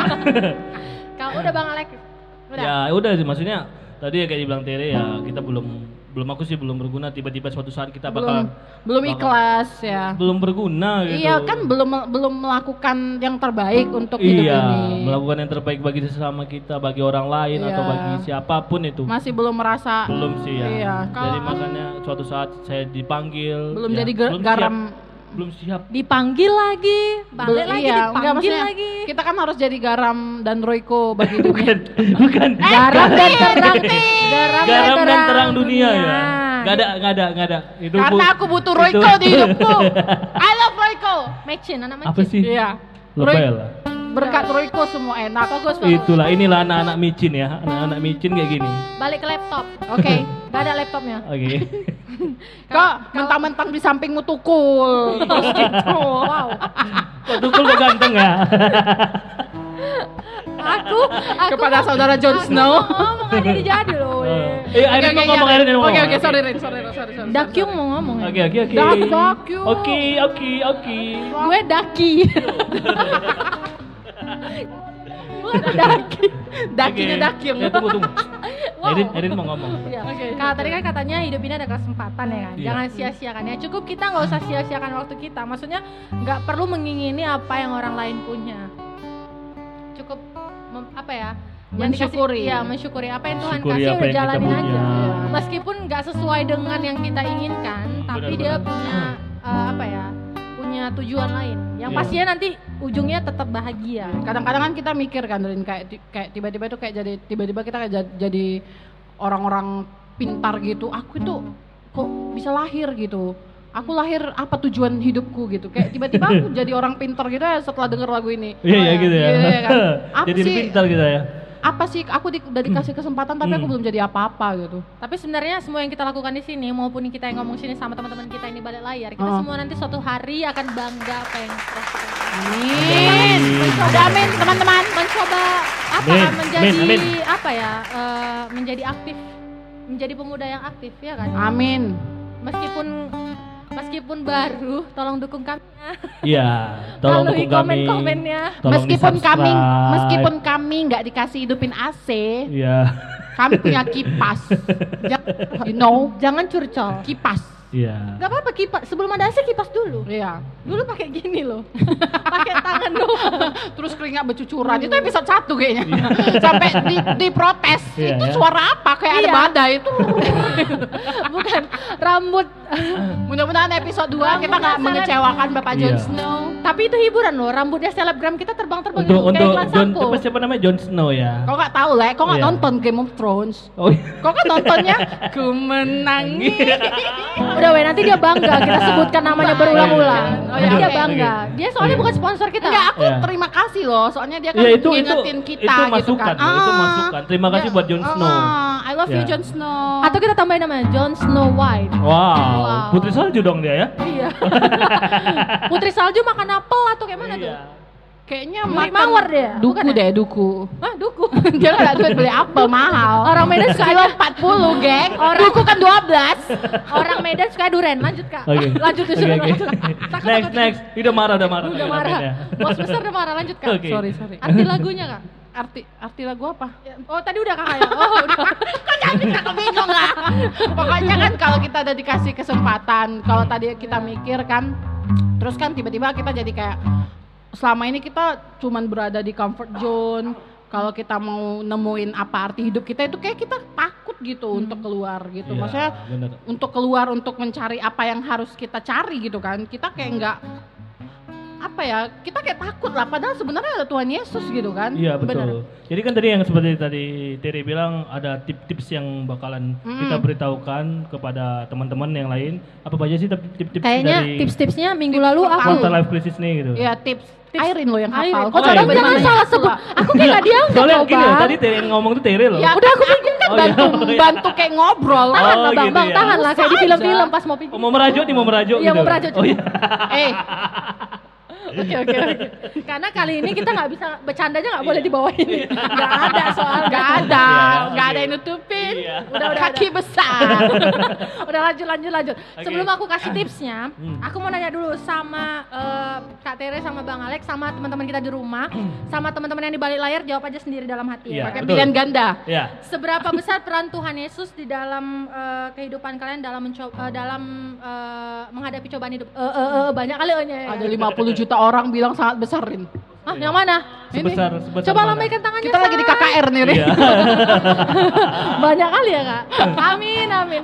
Kalau udah Bang Alex. Udah. Ya udah sih, maksudnya tadi ya kayak dibilang Tere ya kita belum aku sih belum berguna, tiba-tiba suatu saat kita belum bakal ikhlas ya. belum berguna gitu. Iya kan belum melakukan yang terbaik untuk hidup Iya, ini. melakukan yang terbaik bagi sesama kita, bagi orang lain Iya. atau bagi siapapun itu. Masih belum merasa Belum sih ya. Iya. Jadi makanya suatu saat saya dipanggil. belum ya, jadi belum garam. belum siap. Dipanggil lagi, balik lagi, Iya, enggak, dipanggil maksudnya lagi. kita kan harus jadi garam dan Royco bagi dunia. Bukan. Garam dan terang, Garam dan terang dunia ya. Nggak ada. Itu Karena aku butuh Royco di hidupku. I love Royco. Mecin, anak Apa Mecin. sih? Iya. Lebel lah. Berkat Royco semua enak. Bagus. Itulah inilah anak-anak micin ya. Anak-anak micin kayak gini. Balik ke laptop. Oke. Gak ada laptopnya. Oke. Kok mentang-mentang di sampingmu tukul. Gitu. Wow. Kok tukul kok ganteng ya? Aku Kepada saudara Jon Snow. ngomong gak jadi loh. Erin mau ngomong, Erin mau ngomong. Oke, sorry. Dakyung mau ngomong ya. Oke. Dakyung. Oke. Gue Daki. Bukan Daki. Dakinya Dakyung. Ya tunggu. Wow. Erin mau ngomong. Iya. Kalau tadi kan katanya hidup ini ada kesempatan ya kan. Iya. Jangan sia-siakan ya. Cukup kita nggak usah sia-siakan waktu kita. Maksudnya nggak perlu mengingini apa yang orang lain punya. Cukup apa ya? yang Mensyukuri. dikasih, mensyukuri apa yang Tuhan Syukuri kasih apa udah yang kita jalanin punya. aja. Meskipun nggak sesuai dengan yang kita inginkan, tapi dia benar. punya punya tujuan lain. Yang Iya. pastinya nanti ujungnya tetap bahagia. Kadang-kadang kan kita mikir kan Rin, kayak tiba-tiba itu kayak tiba-tiba kita kayak jadi orang-orang pintar gitu. Aku itu kok bisa lahir gitu. Aku lahir apa tujuan hidupku gitu. Kayak tiba-tiba aku jadi orang pintar gitu ya setelah denger lagu ini. Iya gitu ya. Iya kan? Apa Jadi sih? pintar kita ya. Apa sih aku udah dikasih kesempatan tapi aku belum jadi apa-apa gitu. Tapi sebenarnya semua yang kita lakukan di sini maupun kita yang ngomong sini sama teman-teman kita ini balik layar, kita Oh. semua nanti suatu hari akan bangga apa yang kita lakukan. Amin. Amin. Ada amin teman-teman. Mencoba apa Amin. menjadi Amin. apa ya? Menjadi aktif, menjadi pemuda yang aktif ya kan? Amin. Meskipun baru, tolong dukung kami. Iya, tolong Lalui dukung kami. komen-komennya. Tolong Meskipun di-subscribe. kami nggak dikasih hidupin AC, Iya. kami punya kipas. You know, Jangan curcol. kipas. Iya. Gak apa-apa kipas. Sebelum ada AC kipas dulu. Iya. Dulu pakai gini loh. Pakai tangan doang. Terus keringat bercucuran. Itu episode 1 kayaknya. Sampai diprotes. Iya, Itu ya. suara apa? Kayak ada Iya. badai itu. Bukan rambut. Mudah-mudahan episode 2 kita nggak Rambutnya mengecewakan Bapak Jon Iya. Snow. Tapi itu hiburan loh. Rambutnya selebgram kita terbang-terbang Untuk kayak iklan John sampo. siapa namanya Jon Snow ya. Kau nggak tahu lah, kau nggak Iya. nonton Game of Thrones. Oh. Kau kan nontonnya ku menangi. Udah weh, nanti dia bangga kita sebutkan namanya berulang-ulang. Oh, Nanti iya, dia oke. bangga. Dia soalnya Iya. bukan sponsor kita. Enggak, aku Iya. terima kasih loh. Soalnya dia kan Iya, itu ngingetin kita itu gitu masukan, kan. loh, itu masukan. Terima kasih buat Jon Snow. I love you Iya. Jon Snow. Atau kita tambahin namanya Jon Snow White. Wow. Putri salju dong dia ya. Iya. Putri salju makan apel atau kayak mana tuh? Iya. kayaknya Beli makan mawar dia, duku bukan ya? deh, duku. Hah, duku? Dia nggak ada duit beli apel mahal. Orang Medan suka kilo 40, geng. Orang- Buku kan 12. Orang Medan suka duren. Lanjut Kak. Oke. Lanjut Oke, disuruh oke. lanjut. Next. Udah marah. Udah Kak, marah. ya. Bos besar udah marah. Lanjut Kak. Oke. Sorry. Arti lagunya Kak. Arti lagu apa? Oh tadi udah Kakak ya? Oh udah. Kita bingung lah. Pokoknya kan kalau kita ada dikasih kesempatan, kalau tadi kita mikir kan, terus kan tiba-tiba kita jadi kayak selama ini kita cuman berada di comfort zone. Kalau kita mau nemuin apa arti hidup kita itu kayak kita takut gitu untuk keluar gitu. Iya, Maksudnya bener. untuk keluar untuk mencari apa yang harus kita cari gitu kan. Kita kayak nggak apa ya, kita kayak takut lah padahal sebenarnya ada Tuhan Yesus gitu kan. Iya betul. Benar. Jadi kan tadi yang seperti tadi Tere bilang ada tips-tips yang bakalan kita beritahukan kepada teman-teman yang lain. Apa aja sih tips-tips Kayaknya dari tips-tipsnya minggu lalu aku. quarter life crisis nih gitu? Ya tips Airin lo yang Airin. hafal. Oh, jangan jangan salah sebut. Aku kayak nggak dianggap Soalnya loh, gini loh, Bang. tadi Tere yang ngomong tuh Tere loh. Ya udah aku pikir kan Oh, iya. bantu kayak ngobrol. Tahan lah Oh, Bang, gitu Bang, ya. tahan lah kayak di Bisa film-film aja. pas mau pikir. Oh, mau merajuk nih, mau merajuk Iya, gitu. mau merajuk. Oh iya. Eh, Oke. Karena kali ini kita nggak bisa bercandanya nggak boleh dibawain. Nggak ada soal. nggak ada, Iya, nggak oke. ada yang nutupin. Iya. Udah. Kaki besar. Udah lanjut. Sebelum aku kasih tipsnya, aku mau nanya dulu sama Kak Tere, sama Bang Alex, sama teman-teman kita di rumah, sama teman-teman yang di balik layar, jawab aja sendiri dalam hati. Iya. Pakai betul. pilihan ganda. Iya. Seberapa besar peran Tuhan Yesus di dalam kehidupan kalian dalam menghadapi cobaan hidup? Banyak kali ya. Ada 50 juta orang bilang sangat besar, Rin. Ah, yang mana? Sebesar Coba mana? lambaikan tangannya. Kita lagi di Say. KKR nih, Rin. Iya. Banyak kali ya Kak. Amin. Amin.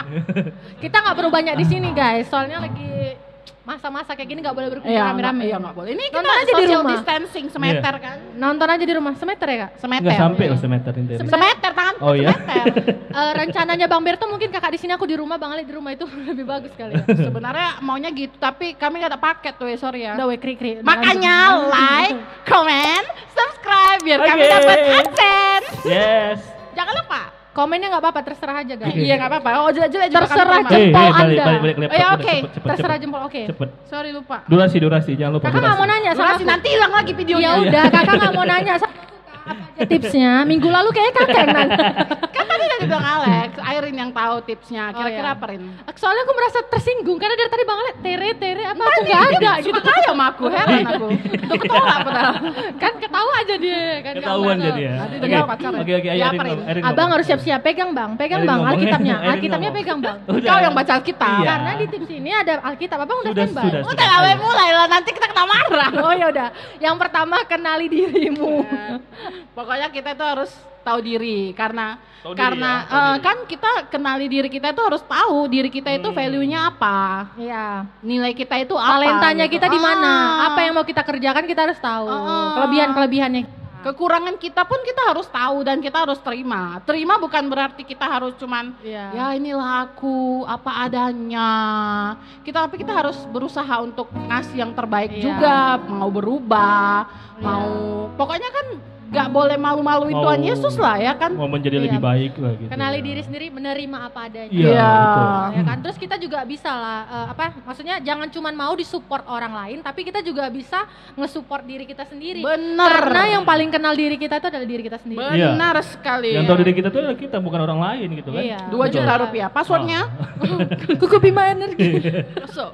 Kita nggak perlu banyak di sini guys, soalnya lagi masa-masa kayak gini nggak boleh berkumpul Iya, rame-rame. Iya, nggak boleh. Ini kita Nonton aja di social rumah. distancing semeter kan. Nonton aja di rumah, semeter ya Kak? Semeter. Enggak sampai loh semeter ini Tere. Semeter tangan. Oh iya. Semeter. Rencananya Bang Berto mungkin kakak di sini, aku di rumah, Bang Ale di rumah itu lebih bagus kali ya. Sebenarnya maunya gitu, tapi kami nggak ada paket tuh, sorry ya. Udah we krik. Makanya like, comment, subscribe biar kami Oke. dapat AdSense. Yes. Jangan lupa. Komennya nggak apa-apa, terserah aja guys. Iya nggak apa-apa. Oh jelek-jelek juga Terserah kami terima. jempol Anda. balik laptop. Oh, ya, udah, oke. cepet. Terserah jempol, oke. Cepet. Sorry lupa. Durasi, jangan lupa Kakak nggak mau nanya sama Durasi aku. nanti hilang lagi videonya. Ya udah, kakak nggak mau nanya sama aku, Kak. Apa aja tipsnya? Minggu lalu kayaknya kakak yang nanya. Kan tadi udah dibilang Alex, Airin yang tahu tipsnya. Kira-kira iya. apa, Rin? Soalnya aku merasa tersinggung karena dari tadi Bang Ale Tere apa aku nggak ada Gitu gitu. kaya sama aku, heran aku. Itu ketolak padahal. Kan ketawa aja dia kan. nggak Ketahuan masuk. jadi ya. Nanti Oke. dengar pacar ya. Oke, ayo Ya, Erin apa, Rin? ngomong, Erin Abang ngomong. harus siap-siap, pegang Bang Erin Bang ngomong. Alkitabnya. Erin Alkitabnya ngomong. pegang Bang. Udah. Kau yang baca Alkitab. Iya. Karena di tim sini ada Alkitab. Abang udah Sudah, standby. sudah. Udah lah, mulai lah. Nanti kita kena marah. Oh ya udah. Yang pertama kenali dirimu. Pokoknya kita itu harus tahu diri karena Tahu diri ya, tahu diri. kan kita kenali diri kita itu harus tahu diri kita itu value-nya apa, Iya. nilai kita itu apa, Talentanya gitu. kita di mana? Ah. Apa yang mau kita kerjakan kita harus tahu. Ah. Kelebihan-kelebihannya. Kekurangan kita pun kita harus tahu dan kita harus terima. Terima bukan berarti kita harus cuman Iya. ya inilah aku apa adanya. Tapi kita harus berusaha untuk ngasih yang terbaik Iya. juga, mau berubah, mau pokoknya kan nggak boleh malu-maluin Mau- Tuhan Yesus lah ya kan. Mau menjadi Iya. lebih baik lah gitu. Kenali ya. diri sendiri, menerima apa adanya. Iya, betul. Ya kan, terus kita juga bisa lah maksudnya jangan cuman mau disupport orang lain, tapi kita juga bisa nge-support diri kita sendiri. Bener. Karena yang paling kenal diri kita itu adalah diri kita sendiri. Iya. Benar sekali. Yang tahu diri kita tuh adalah kita, bukan orang lain gitu kan. Iya. 2 juta rupiah. Passwordnya? Kuku Bima Energi. Rusuh.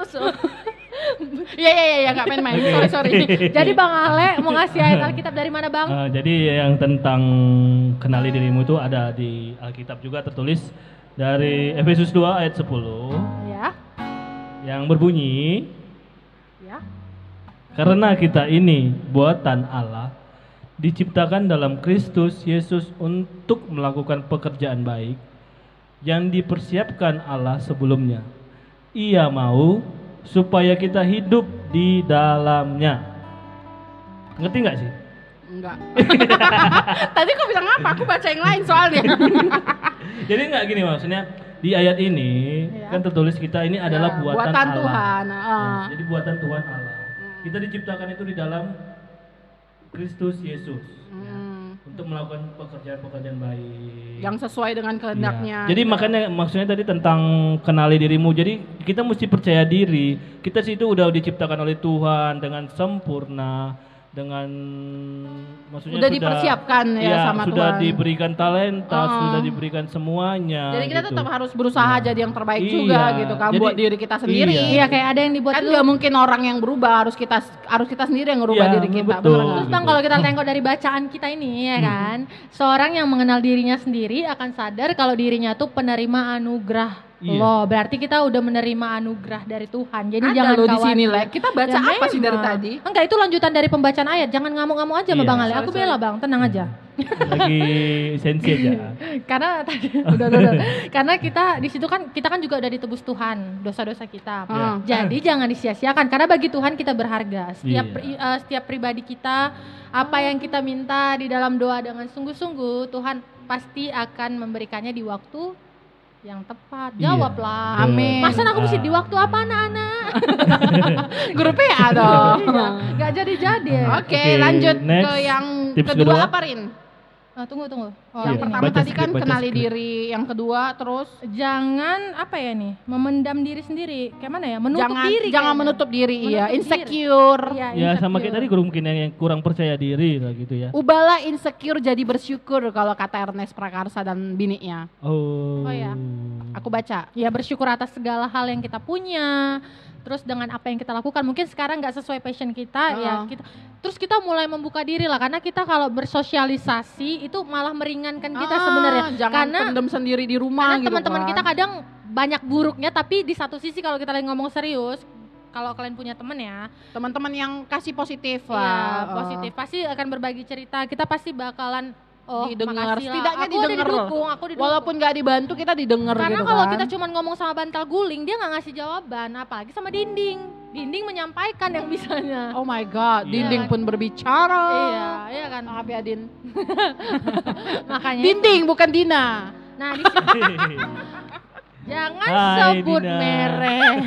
Iya, nggak main-main. Sorry. Jadi Bang Ale mau ngasih ayat Alkitab dari mana Bang? Jadi yang tentang kenali dirimu itu ada di Alkitab juga tertulis dari Efesus 2 ayat 10 Ya. yang berbunyi, Ya. karena kita ini buatan Allah, diciptakan dalam Kristus Yesus untuk melakukan pekerjaan baik yang dipersiapkan Allah sebelumnya. Ia mau supaya kita hidup di dalamnya. Ngerti nggak sih? Enggak. Tadi kau bilang apa? Aku baca yang lain soalnya. Jadi nggak gini maksudnya, di ayat ini Iya. kan tertulis kita ini adalah Ya, buatan Allah. Tuhan. Ya, jadi buatan Tuhan Allah. Kita diciptakan itu di dalam Kristus Yesus untuk melakukan pekerjaan-pekerjaan baik. Yang sesuai dengan kehendaknya. Iya. Jadi makanya maksudnya tadi tentang kenali dirimu. Jadi kita mesti percaya diri. Kita situ udah diciptakan oleh Tuhan dengan sempurna. dengan maksudnya Udah dipersiapkan ya iya, sama sudah Tuhan. diberikan talenta, Oh. sudah diberikan semuanya. Jadi kita gitu. tetap harus berusaha jadi yang terbaik Iya. juga gitu kan Jadi- buat diri kita sendiri. Iya, kayak ada yang dibuat Kan dulu. nggak mungkin orang yang berubah, harus kita sendiri yang ngerubah Iya, diri kita. betul. bener nggak? Terus Bang, gitu. kalau kita tengok dari bacaan kita ini ya kan, seorang yang mengenal dirinya sendiri akan sadar kalau dirinya tuh penerima anugerah. Iya. Loh, berarti kita udah menerima anugerah dari Tuhan. Jadi Ada jangan loh di khawatir. sini, Lek. Kita baca Ya, apa sih dari memang. tadi? Enggak, itu lanjutan dari pembacaan ayat. Jangan ngamuk-ngamuk aja sama Iya. Bang Ale. Aku bela Bang, tenang aja. Lagi sensi aja. Karena tadi udah. Karena kita kan juga udah ditebus Tuhan dosa-dosa kita. Iya. Jadi jangan disia-siakan karena bagi Tuhan kita berharga. Iya. Setiap pribadi kita apa yang kita minta di dalam doa dengan sungguh-sungguh Tuhan pasti akan memberikannya di waktu yang tepat. Iya, Jawablah. betul. Amin. Masa aku mesti di waktu apa anak-anak? Guru PA dong. Iya, nggak jadi-jadi. Oke, Oke, lanjut next. ke yang Tips kedua kedua. apa, Rin? Tunggu. Oh, Yang Iya. pertama Baca tadi kan skrip, baca kenali skrip. diri, yang kedua terus jangan apa ya nih? Memendam diri sendiri. Kayak mana ya? Menutup jangan diri. jangan kayaknya. menutup diri, iya, Menutup diri. insecure. Iya, Ya sama kayak tadi insecure. mungkin yang kurang percaya diri lah gitu ya. Ubahlah insecure jadi bersyukur kalau kata Ernest Prakarsa dan bininya. Oh. Oh, ya. Aku baca. Ya bersyukur atas segala hal yang kita punya. Terus dengan apa yang kita lakukan, mungkin sekarang nggak sesuai passion kita, ya terus kita mulai membuka diri lah, karena kita kalau bersosialisasi itu malah meringankan kita sebenarnya. Jangan Karena pendem sendiri di rumah gitu teman-teman kan. kita kadang banyak buruknya, tapi di satu sisi kalau kita lagi ngomong serius, kalau kalian punya temen ya, Teman-teman yang kasih positif iya, lah. positif pasti akan berbagi cerita, kita pasti bakalan Didengar, makasih lah. setidaknya aku didengar. aku didukung. Walaupun gak dibantu kita didengar Karena gitu kalau kan. kita cuma ngomong sama bantal guling, dia nggak ngasih jawaban, apalagi sama dinding. Dinding menyampaikan yang bisanya. Oh my god, Iya. dinding pun berbicara. Iya kan. Maaf ya Din. Makanya. Dinding bukan Dina. Nah, di sini jangan Hai, sebut Dina. merek.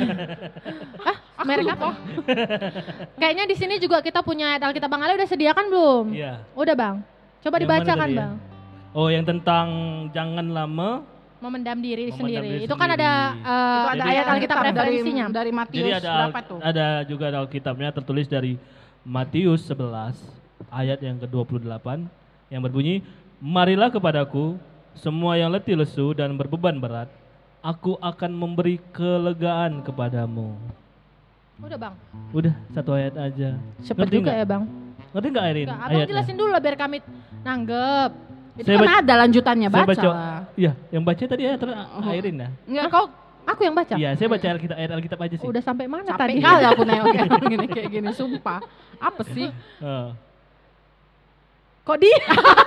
Merek apa? Kayaknya di sini juga kita punya ayat Alkitab. Bang Ale udah sediakan belum? Iya. Udah Bang. Coba Yang mana dibacakan tadi ya? Bang. Oh, yang tentang jangan lama. Memendam diri Memendam sendiri. diri Itu kan ada sendiri. Itu ada Jadi ayat Alkitab Alkitab referensinya. dari Matius Jadi ada berapa tuh? ada juga ada Alkitabnya tertulis dari Matius 11 ayat yang ke-28 yang berbunyi, "Marilah kepadaku semua yang letih lesu dan berbeban berat, aku akan memberi kelegaan kepadamu." Udah Bang. Udah, satu ayat aja. Cepet Ngerti juga nggak? ya Bang. Ngerti nggak Erin? Enggak, Abang jelasin dulu lah biar kami nanggep. Itu Saya kan baca- ada lanjutannya, Saya baca, baca. lah. Iya, yang baca tadi ayat Erin ya. Enggak, kau Aku yang baca. Iya, saya baca ayat Alkitab aja sih. Udah sampai mana capek tadi? kali aku nengok kayak gini, sumpah. Apa sih? Heeh. Kok dia?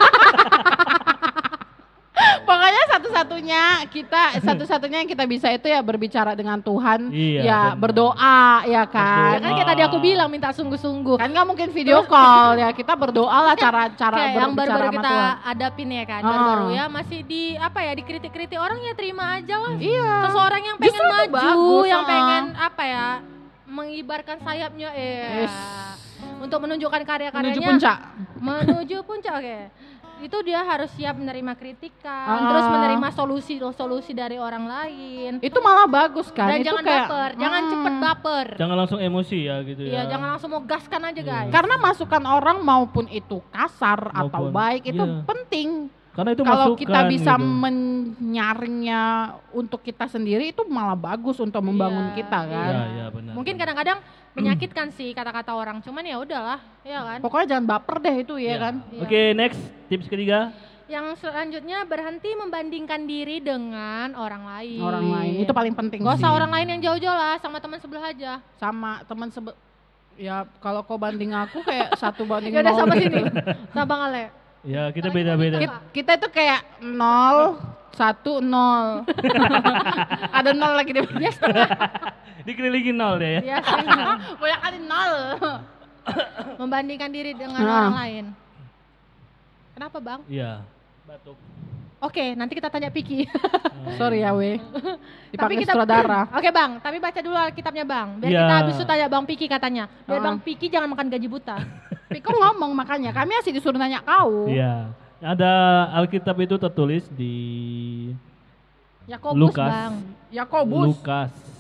Pokoknya satu-satunya yang kita bisa itu ya berbicara dengan Tuhan, Iya, ya benar. berdoa ya Ya kan. kan kayak tadi aku bilang minta sungguh-sungguh. Kan nggak mungkin video call ya, kita berdoa lah cara Kayak yang berbicara baru-baru sama kita Tuhan. hadapin ya kan, Ah. baru-baru ya masih di apa ya, dikritik-kritik orang ya terima aja lah. Iya. Seseorang yang pengen Justru itu maju, bagus, yang ah. pengen apa ya, mengibarkan sayapnya Yes. untuk menunjukkan karya-karyanya. Menuju puncak. Menuju puncak, oke. Itu dia harus siap menerima kritikan, Ah. terus menerima solusi dari orang lain. Itu malah bagus kan. Dan itu jangan kayak, baper, jangan cepet baper. Jangan langsung emosi ya gitu Iya, ya. jangan langsung mau gaskan aja guys. Karena masukan orang maupun itu kasar atau Maupun- baik itu iya. penting. Karena itu Kalau masukan kita bisa gitu. menyaringnya untuk kita sendiri itu malah bagus untuk membangun Iya, kita kan. Iya, iya benar. Mungkin kadang-kadang menyakitkan sih kata-kata orang, cuman ya udahlah, ya kan. Pokoknya jangan baper deh itu ya Iya. kan. Iya. Oke, next tips ketiga. Yang selanjutnya berhenti membandingkan diri dengan orang lain. Orang lain itu paling penting Gak sih. usah orang lain yang jauh-jauh lah, sama teman sebelah aja. Sama teman ya kalau kau banding aku kayak satu banding Ya udah 0. sama sini, sama Bang Ale. Ya, kita Karena beda-beda. Kita itu kayak 0 1 0. Ada 0 lagi deh. Dia setengah, Dikelilingi nol deh ya. dia setengah. Banyak kali 0. Membandingkan diri dengan Nah. orang lain. Kenapa Bang? Iya. Batuk. Oke, nanti kita tanya Piki. Sorry ya we. Tapi Dipakai kita sutradara. Oke Bang, tapi baca dulu Alkitabnya Bang. Biar Iya. kita habis itu tanya Bang Piki katanya. Biar Ah. Bang Piki jangan makan gaji buta. Tapi kau ngomong makanya kami masih disuruh nanya kau. Iya. Ada Alkitab itu tertulis di Yakobus Lukas. Bang. Yakobus. Lukas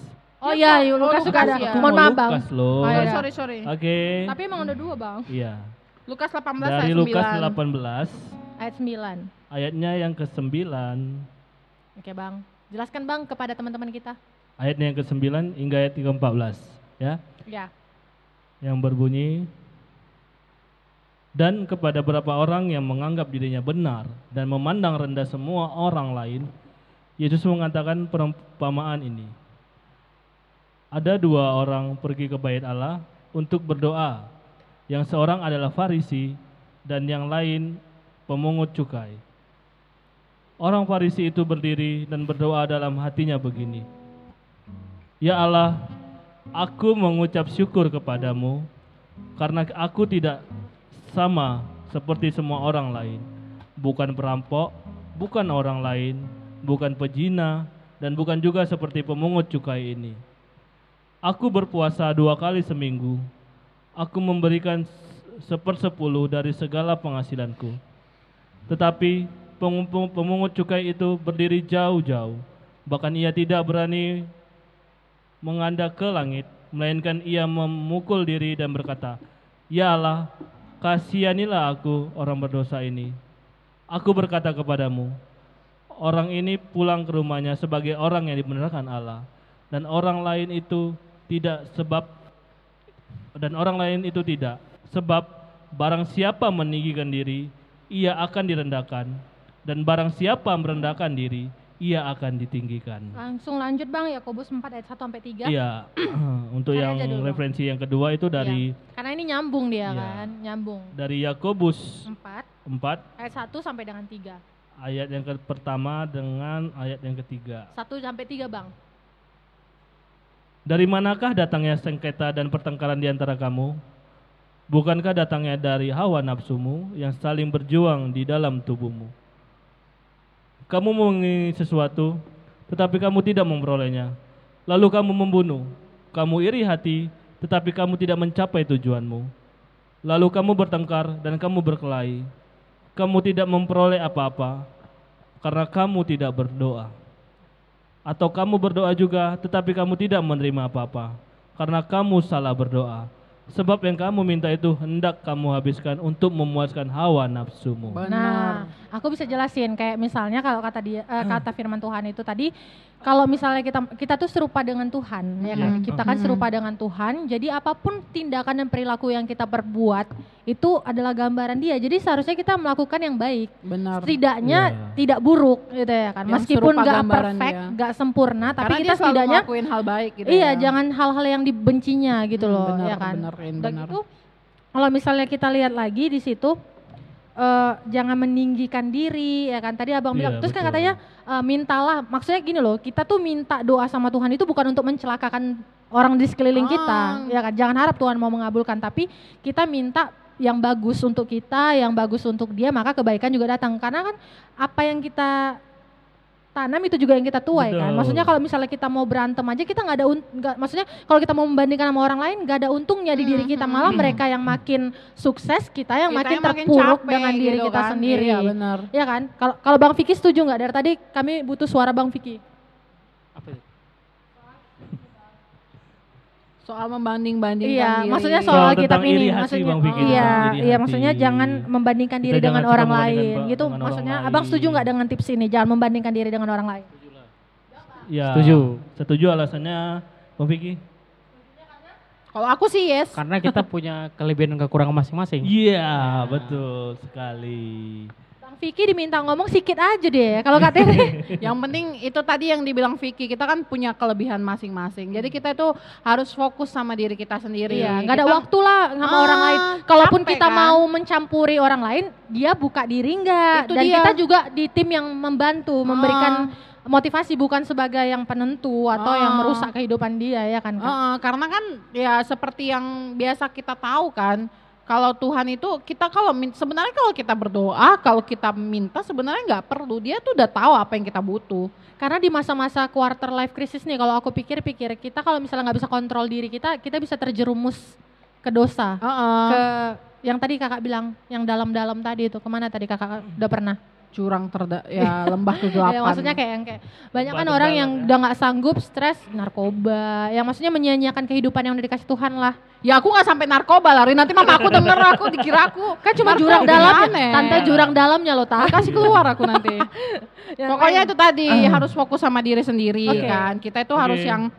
Oh iya, Lukas juga ada. Lukas ya. Mohon maaf Bang. Lukas loh. Oh, iya. Sorry. Oke. Tapi emang ada 2 Bang. Iya. Lukas 18 Dari ayat Lukas 9. 18 Ayat 9. ayatnya yang ke-9. Oke Bang. Jelaskan Bang kepada teman-teman kita. Ayatnya yang ke-9 hingga ayat ke-14 ya. Ya. Yang berbunyi, dan kepada beberapa orang yang menganggap dirinya benar dan memandang rendah semua orang lain, Yesus mengatakan perumpamaan ini. Ada 2 orang pergi ke bait Allah untuk berdoa. Yang seorang adalah Farisi dan yang lain pemungut cukai. Orang Farisi itu berdiri dan berdoa dalam hatinya begini, Ya Allah, aku mengucap syukur kepadamu karena aku tidak sama seperti semua orang lain, bukan perampok, bukan orang lain, bukan pezina, dan bukan juga seperti pemungut cukai ini. Aku berpuasa 2 kali seminggu. Aku memberikan 1/10 dari segala penghasilanku. Tetapi pemungut cukai itu berdiri jauh-jauh. Bahkan ia tidak berani menghadap ke langit, melainkan ia memukul diri dan berkata, Ya Allah, kasihanilah aku orang berdosa ini. Aku berkata kepadamu, orang ini pulang ke rumahnya sebagai orang yang dibenarkan Allah, dan orang lain itu tidak, sebab barang siapa meninggikan diri, ia akan direndahkan, dan barang siapa merendahkan diri, ia akan ditinggikan. Langsung lanjut Bang, Yakobus 4 ayat 1 sampai 3. Iya, untuk Cari yang aja dulu, Bang. referensi yang kedua itu dari Karena ini nyambung dia Iya. kan, nyambung. dari Yakobus 4 4 ayat 1 sampai dengan 3. ayat yang pertama dengan ayat yang ketiga. 1 sampai 3 Bang. Dari manakah datangnya sengketa dan pertengkaran di antara kamu? Bukankah datangnya dari hawa nafsumu yang saling berjuang di dalam tubuhmu? Kamu menginginkan sesuatu, tetapi kamu tidak memperolehnya. Lalu kamu membunuh. Kamu iri hati, tetapi kamu tidak mencapai tujuanmu. Lalu kamu bertengkar dan kamu berkelahi. Kamu tidak memperoleh apa-apa, karena kamu tidak berdoa. Atau kamu berdoa juga, tetapi kamu tidak menerima apa-apa, karena kamu salah berdoa. Sebab yang kamu minta itu hendak kamu habiskan untuk memuaskan hawa nafsumu. Nah, aku bisa jelasin kayak misalnya kalau kata dia kata firman Tuhan itu tadi, kalau misalnya kita tuh serupa dengan Tuhan, ya kan? Kita kan serupa dengan Tuhan. Jadi apapun tindakan dan perilaku yang kita perbuat itu adalah gambaran Dia. Jadi seharusnya kita melakukan yang baik. Benar. Setidaknya Iya. tidak buruk gitu ya kan. Yang Meskipun serupa nggak gambaran perfect, dia. nggak sempurna, tapi Karena kita dia selalu setidaknya ngelakuin hal baik gitu iya, ya. jangan hal-hal yang dibencinya gitu loh, benar, ya kan. benerin, Udah benar. gitu, kalau misalnya kita lihat lagi di situ, jangan meninggikan diri, ya kan. Tadi abang Iya, bilang, terus kan betul. katanya mintalah. Maksudnya gini loh, kita tuh minta doa sama Tuhan itu bukan untuk mencelakakan orang di sekeliling kita, ya kan. Jangan harap Tuhan mau mengabulkan, tapi kita minta yang bagus untuk kita, yang bagus untuk Dia, maka kebaikan juga datang. Karena kan apa yang kita tanam itu juga yang kita tuai kan. Betul. Maksudnya kalau misalnya kita mau berantem aja kita nggak ada maksudnya kalau kita mau membandingkan sama orang lain nggak ada untungnya di diri kita, malah mereka yang makin sukses, kita yang makin terpuruk capek dengan diri gitu kita kan. sendiri. Iya benar. Ya kan? Kalau Bang Vicky setuju nggak? Dari tadi kami butuh suara Bang Vicky. Apa itu? Soal membanding-bandingkan Iya, diri. maksudnya Soal soal tentang kitab iri ini, hati, maksudnya Bang Vicky, iya, tentang iri iya, hati. maksudnya jangan membandingkan diri Kita dengan jangan orang suka membandingkan lain, gitu. dengan orang Maksudnya, lain. abang setuju nggak dengan tips ini? Jangan membandingkan diri dengan orang lain. Ya, Setuju. Setuju alasannya, Bang Vicky? Kalau aku sih yes. Karena kita punya kelebihan dan kekurangan masing-masing. Iya, betul sekali. Bang Vicky diminta ngomong sikit aja deh. Kalau Kak Tere, Yang penting itu tadi yang dibilang Vicky, kita kan punya kelebihan masing-masing. Jadi kita itu harus fokus sama diri kita sendiri. iya, nggak ada Kita- waktu lah sama orang lain. Kalaupun capek kita kan? mau mencampuri orang lain, dia buka diri nggak. Itu Dan dia. kita juga di tim yang membantu, memberikan motivasi bukan sebagai yang penentu atau yang merusak kehidupan dia, ya kan? Kak? Karena kan ya seperti yang biasa kita tahu kan, kalau Tuhan itu kita sebenarnya kalau kita berdoa, kalau kita minta sebenarnya nggak perlu, Dia tuh udah tahu apa yang kita butuh. Karena di masa-masa quarter life crisis nih, kalau aku pikir-pikir, kita kalau misalnya nggak bisa kontrol diri kita bisa terjerumus ke dosa. Ke yang tadi kakak bilang, yang dalam-dalam tadi itu, kemana tadi kakak udah pernah? lembah kegelapan. Ya, maksudnya kayak yang kayak banyak kan Lembah orang terdalam yang ya. udah nggak sanggup stres narkoba, yang maksudnya menyia-nyiakan kehidupan yang udah dikasih Tuhan lah. Ya aku nggak sampai narkoba lah, Rin. Nanti mama aku denger aku dikira aku Kan cuma narkoba. jurang dalamnya, Aneh. tante jurang dalamnya lo tahu. Kasih keluar aku nanti. Yang Pokoknya lain. itu tadi harus fokus sama diri sendiri Oke. kan. Kita itu Oke. harus yang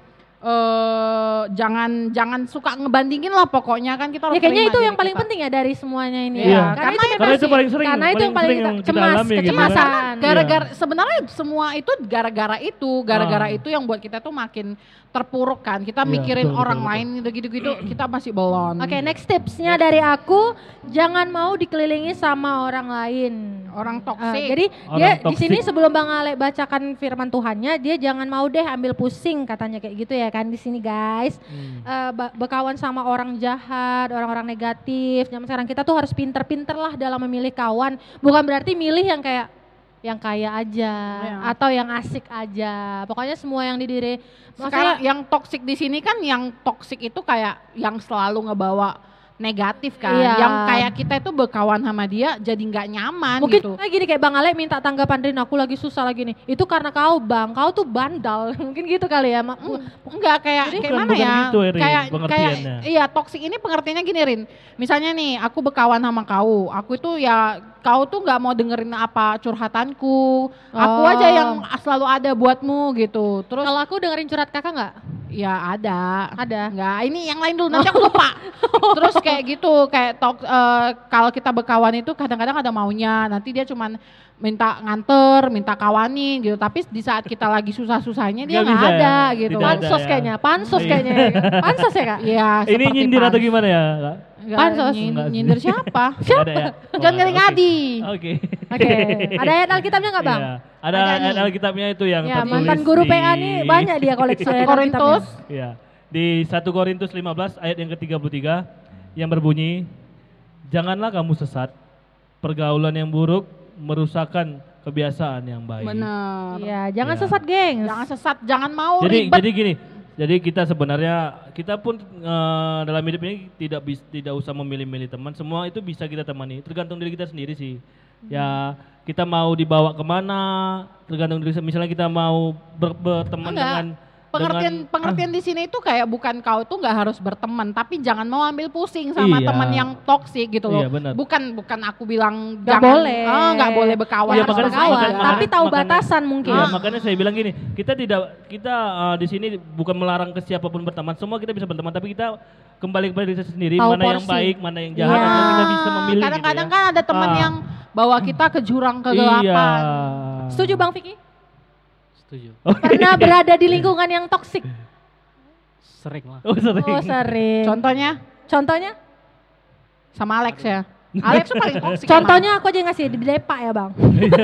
jangan suka ngebandingin lah pokoknya kan kita harus Ya kayaknya terima itu diri yang paling kita. penting ya dari semuanya ini. Iya, ya. karena itu Karena itu paling sering. Karena itu yang paling kita sering cemas, alami gitu kan. kecemasan. Gara-gara sebenarnya semua itu gara-gara Ah. itu yang buat kita tuh makin terpuruk kan. Kita Iya, mikirin betul, orang betul, lain gitu-gitu kita masih belum. Oke, next tipsnya dari aku, jangan mau dikelilingi sama orang lain. Orang toksik. Jadi Orang dia di toksik. sini sebelum Bang Ale bacakan firman Tuhannya, dia jangan mau deh ambil pusing katanya kayak gitu ya kan di sini guys. Berkawan sama orang jahat, orang-orang negatif. Zaman sekarang kita tuh harus pinter-pinter lah dalam memilih kawan. Bukan berarti milih yang kayak yang kaya aja atau yang asik aja. Pokoknya semua yang di diri. Sekarang Maksudnya yang toksik di sini kan yang toksik itu kayak yang selalu ngebawa negatif kan. Iya. Yang kayak kita itu berkawan sama dia jadi nggak nyaman mungkin gitu. kayak gini kayak Bang Ale minta tanggapan Rin, aku lagi susah lagi nih. Itu karena kau tuh bandal. Mungkin gitu kali ya. Enggak kayak Bukan- mana bukan ya? gitu, Rin, kayak pengertiannya. iya toksik ini pengertiannya gini Rin. Misalnya nih aku berkawan sama kau, aku itu ya kau tuh nggak mau dengerin apa curhatanku. Aku Oh. aja yang selalu ada buatmu gitu. Terus Kalau aku dengerin curhat kakak nggak? ya ada. Ada. Enggak, ini yang lain dulu nanti aku lupa. Terus kayak gitu, kayak kalau kita berkawan itu kadang-kadang ada maunya. Nanti dia cuman minta nganter, minta kawanin gitu. Tapi di saat kita lagi susah-susahnya dia Nggak nggak bisa ada ya? gitu. Tidak ada. Pansos ya. kayaknya, pansos Iya. kayaknya. Pansos ya kak? Iya, Ini seperti nyindir atau pan- gimana ya, Kak? Nggak, Pansos? Enggak sih. nyindir siapa? Nggak ada ya? Oh, Jangan nggak ada. ngadi-ngadi. Oke. Oke, ada ayat Alkitabnya nggak bang? Iya. Ada Ada nih. ayat Alkitabnya itu yang Ya tertulis mantan guru di- PA nih banyak dia koleksi ayat Korintus. Alkitabnya. Iya. Di 1 Korintus 15 ayat yang ke-33 yang berbunyi, "Janganlah kamu sesat, pergaulan yang buruk merusakkan kebiasaan yang baik." Bener. Iya, jangan Ya. sesat gengs. Jangan sesat, jangan mau Jadi ribet. jadi gini, jadi kita sebenarnya kita pun dalam hidup ini tidak usah memilih-milih teman, semua itu bisa kita temani, tergantung diri kita sendiri sih. Ya kita mau dibawa kemana, tergantung diri. Misalnya kita mau berteman Enggak. dengan Pengertian di sini itu kayak bukan kau tuh nggak harus berteman, tapi jangan mau ambil pusing sama Iya. teman yang toksik gitu loh. Iya, benar. Bukan aku bilang Nggak boleh. nggak boleh berkawan. Iya, sama makanya- berkawan. makanya- tapi tahu makanya- batasan mungkin. Iya, makanya saya bilang gini, kita di sini bukan melarang ke siapapun berteman, semua kita bisa berteman, tapi kita kembali kepada diri kita sendiri, Tahu mana yang porsi. baik, mana yang jahat, Iya. dan kita bisa memilih. Kadang-kadang gitu ya. kan ada teman Ah. yang bawa kita ke jurang kegelapan. Iya. Setuju Bang Vicky? Setuju. Pernah berada di lingkungan yang toksik? Sering lah. Oh, sering. Oh sering. Contohnya Contohnya? sama Alex ya. Alex tuh paling toksik. Contohnya aku aja yang ngasih di Depa ya Bang.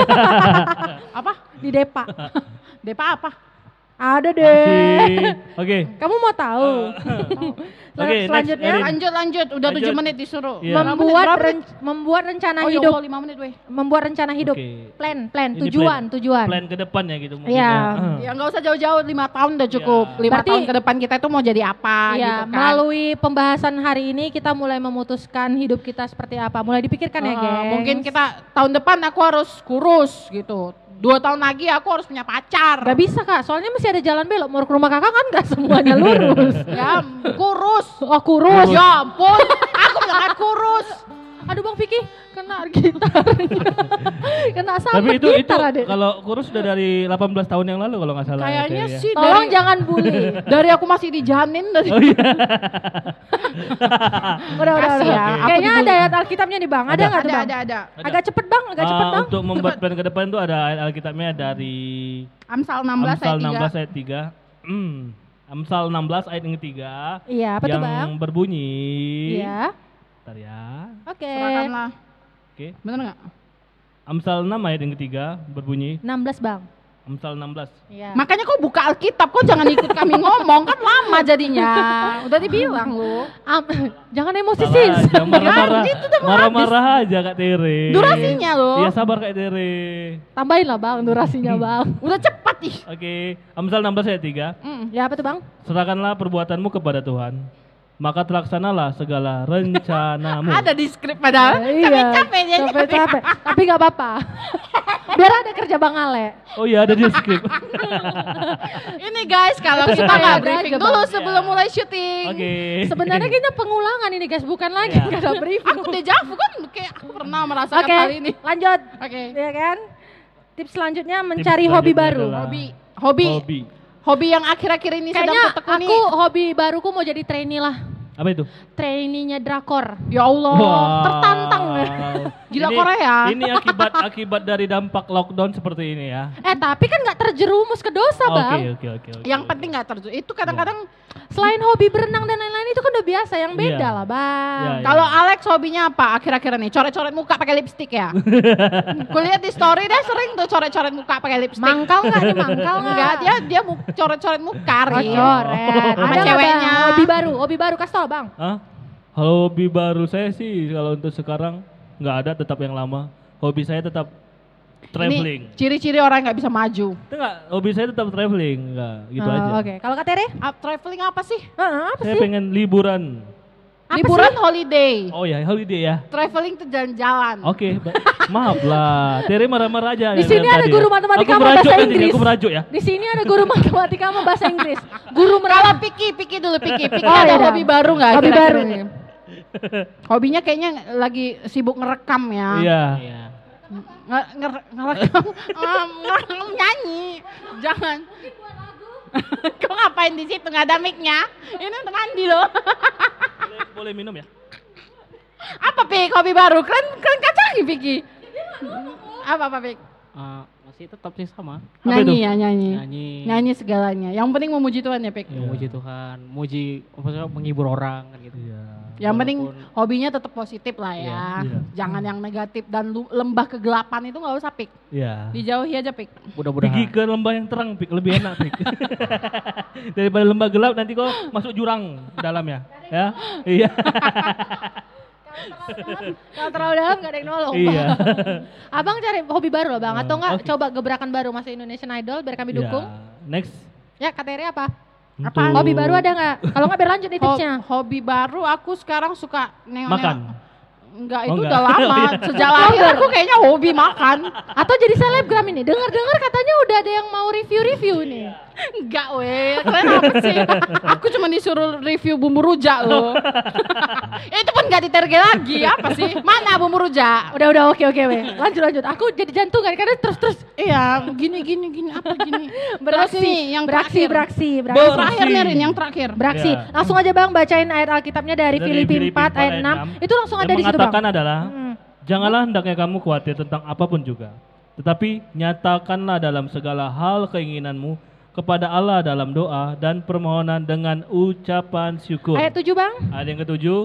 apa? Di Depa. Depa apa? Ada deh. Oke. Kamu mau tahu? Oke, next, Selanjutnya Erin. Lanjut. Udah 7 Lanjut. menit disuruh. Iya. membuat rencana Oh ya hidup. Allah, 5 menit weh. Membuat rencana hidup. Oke. Plan, Ini tujuan. Plan ke depan ya gitu mungkin. Iya. Ya nggak usah jauh-jauh, 5 tahun udah cukup. Iya. 5 Berarti- tahun ke depan kita itu mau jadi apa Iya, gitu kan. melalui pembahasan hari ini kita mulai memutuskan hidup kita seperti apa. Mulai dipikirkan ya, geng. Mungkin kita tahun depan aku harus kurus gitu. 2 tahun lagi aku harus punya pacar. Gak bisa kak, soalnya masih ada jalan belok. Mau ke rumah kakak kan gak semuanya lurus. Ya, kurus. Oh kurus. Ya ampun, aku bilang kurus. Aduh Bang Vicky, kena gitar. Kena Tapi sambet itu gitar adek. kalau kurus udah dari 18 tahun yang lalu kalau nggak salah. Kayaknya ya, Teh, ya. sih Tolong dari, jangan bully. dari aku masih dijanin dari. Oh iya. Udah. Kasih ya, aku Kayaknya ada dibully. ayat Alkitabnya nih Bang. Ada nggak tuh Bang? Ada. Agak cepet Bang, agak cepet Bang. Untuk membuat plan ke depan itu ada ayat Alkitabnya dari Amsal 16 Amsal ayat 16 ayat 3. Amsal 16 ayat yang ketiga. Iya, apa tuh yang Bang? berbunyi. Iya. Bentar ya. Oke. Serahkanlah. Oke. Bener nggak? Amsal 6 ayat yang ketiga berbunyi. 16 Bang. Amsal 16. Iya. Makanya kau buka Alkitab, kau jangan ikut kami ngomong, kan lama jadinya. Udah dibilang lu. Jangan emosi Salah sis. aja, marah-marah. gitu udah mau Marah-marah aja Kak Tere. Durasinya loh. Iya sabar Kak Tere. Tambahin lah Bang durasinya Bang. Udah cepat ih. Oke, Amsal 16 ayat 3. Ya apa tuh Bang? Serahkanlah perbuatanmu kepada Tuhan, maka terlaksanalah segala rencanamu. Ada di skrip padahal. Iya. Capek-capek dia. Capek-capek. Tapi nggak apa-apa. Biar ada kerja Bang Ale. Oh iya ada di skrip. Ini guys, kalau Itu kita supaya nggak ada briefing aja, dulu Bang. sebelum mulai syuting. Oke. Sebenarnya kita pengulangan ini guys, bukan lagi Ya. nggak ada briefing. Aku dejavu kan, kayak aku pernah merasakan Oke, hal ini. lanjut. Oke. Ya kan? Tips selanjutnya mencari Tips hobi selanjutnya baru. adalah Hobi yang akhir-akhir ini Kayaknya sedang kutekuni. aku hobi baruku mau jadi trainee lah. Apa itu? Trainee-nya drakor. Ya Allah, Wow. tertantang. Gila Korea. Ini akibat dari dampak lockdown seperti ini ya. Tapi kan nggak terjerumus ke dosa bang. Oke. Yang penting nggak terjun. Itu kadang-kadang Selain hobi berenang dan lain-lain itu kan udah biasa, yang beda Iya. lah bang. Iya. kalau Alex hobinya apa akhir-akhir ini? Coret-coret muka pakai lipstick ya? Kulihat di story dia sering tuh coret-coret muka pakai lipstick. Mangkal nggak nih mangkal nggak? Enggak, dia coret-coret muka, Oh, Ri. coret. Sama Ada nggak, ceweknya. Bang? Hobi baru kasih tau bang. Hah? Hobi baru saya sih kalau untuk sekarang nggak ada, tetap yang lama. Hobi saya tetap traveling. Ini ciri-ciri orang yang nggak bisa maju. Itu nggak, hobi saya tetap traveling, nggak gitu aja. Oke, kalau Kak Tere? Traveling apa sih? Apa Saya sih? pengen liburan. Apa Liburan sih? holiday. Oh ya, holiday ya. Traveling tuh jalan-jalan. Oke, maaf lah. Tere marah-marah aja. Di yang sini ada tadi guru ya. matematika Aku sama merajuk bahasa nanti, Inggris. Aku merajuk ya. Di sini ada guru matematika sama bahasa Inggris. Guru Kalau merah. Piki dulu Piki Oh, ada iya. hobi baru nggak? Hobi kira-kira baru. ini? Hobinya kayaknya lagi sibuk ngerekam ya. Iya. Iya. Ngerekam, ngerekam nyanyi. Jangan. Kau ngapain di situ? Nggak ada mic-nya. Ini untuk mandi loh. Boleh minum ya? Apa Pik? Hobi baru? Keren kacangi Piki. Apa Pik? Masih tetap sih sama. Apa itu? Nyanyi ya nyanyi. Nyanyi, Segalanya. Yang penting memuji Tuhan ya Pik. Iya. memuji Tuhan, muji maksudnya menghibur orang kan gitu. Iya. Yang penting Walaupun- hobinya tetap positif lah ya. Iya. Jangan yang negatif dan lembah kegelapan itu nggak usah Pik. Iya. Dijauhi aja Pik. Pergi Mudah-mudahan. ke lembah yang terang, Pik, lebih enak, Pik. Daripada lembah gelap nanti kau masuk jurang dalam ya. Ya. Iya. Kalau terlalu dalam gak ada yang nolong. Iya. Abang cari hobi baru loh bang, atau enggak Oke. coba gebrakan baru masuk Indonesian Idol biar kami dukung. Ya. Next. Ya Kak Tere apa? Untuk Hobi baru ada nggak? Kalau nggak biar lanjut nih tipsnya. Hobi baru aku sekarang suka nengok-nengok. Makan. Enggak, Oh, itu enggak. udah lama. Oh, iya. Sejak lahir aku kayaknya hobi makan. Atau jadi selebgram ini. Dengar-dengar katanya udah ada yang mau review-review nih. Enggak weh, kalian apa sih? Aku cuma disuruh review bumbu rujak loh. Itu pun gak diterge lagi, apa sih? Mana bumbu rujak? Udah oke weh. Lanjut. Aku jadi jantungan karena terus. Iya, gini, apa gini? Beraksi, Terus nih, yang beraksi. Terakhir nih Rin, yang terakhir. Beraksi. Ya. Langsung aja bang bacain ayat Alkitabnya dari Filipi 4 ayat 6. Itu langsung ada di situ bang. Yang mengatakan adalah, Hmm. janganlah hendaknya kamu khawatir tentang apapun juga. Tetapi nyatakanlah dalam segala hal keinginanmu kepada Allah dalam doa dan permohonan dengan ucapan syukur. Ayat 7 bang. Ayat yang ketujuh,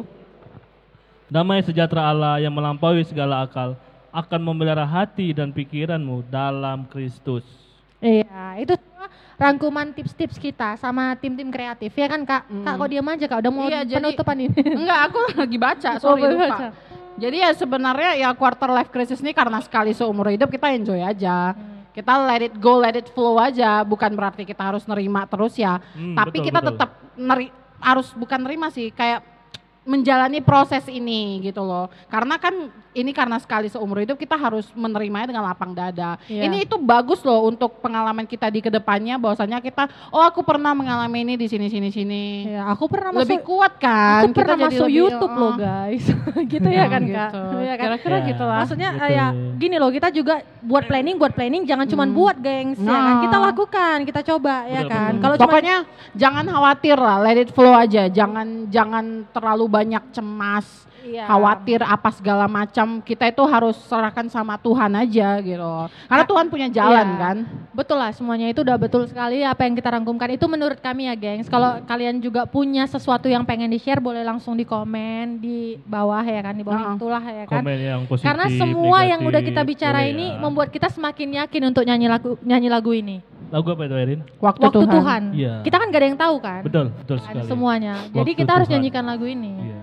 damai sejahtera Allah yang melampaui segala akal akan memelihara hati dan pikiranmu dalam Kristus. Iya, itu semua rangkuman tips-tips kita sama tim-tim kreatif ya kan kak? Kak kok diam aja kak, udah mau Iya, jadi- penutupan ini. Enggak, aku lagi baca, Oh, sorry baru lupa. baca. Jadi ya sebenarnya ya quarter life crisis ini karena sekali seumur hidup kita enjoy aja. Kita let it go, let it flow aja. Bukan berarti kita harus nerima terus ya. Tapi betul, kita betul. tetap harus bukan nerima sih, kayak menjalani proses ini gitu loh. Karena kan ini karena sekali seumur hidup kita harus menerimanya dengan lapang dada. Iya. Ini itu bagus loh untuk pengalaman kita di kedepannya, bahwasanya kita, oh aku pernah mengalami ini di sini. Iya, aku pernah masuk Lebih kuat kan. aku pernah Kita jadi masuk lebih, YouTube loh guys. Gitu ya kan kak? Gitu. Iya kan? Kira-kira Ya. gitu lah. Maksudnya Betul. ya gini loh, kita juga buat planning jangan cuma buat gengs ya kan. Nah. Kita lakukan, kita coba ya Betul, kan. betul. Kalau cuma Pokoknya jangan khawatir lah, let it flow aja. Jangan terlalu banyak cemas, Iya. khawatir apa segala macam. Kita itu harus serahkan sama Tuhan aja gitu. Karena Tuhan punya jalan Iya. kan. Betul lah, semuanya itu udah betul sekali apa yang kita rangkumkan. Itu menurut kami ya gengs. Kalau kalian juga punya sesuatu yang pengen di-share, boleh langsung di komen di bawah ya kan, di bawah itulah ya kan. Komen yang positif, Karena semua yang udah kita negatif, bicara boleh ini ya. membuat kita semakin yakin untuk nyanyi lagu ini. Lagu apa itu, Erin? Waktu, Waktu Tuhan. Iya. Kita kan gak ada yang tahu kan. Betul Kan, sekali. semuanya. Jadi Waktu kita harus Tuhan. nyanyikan lagu ini. Iya.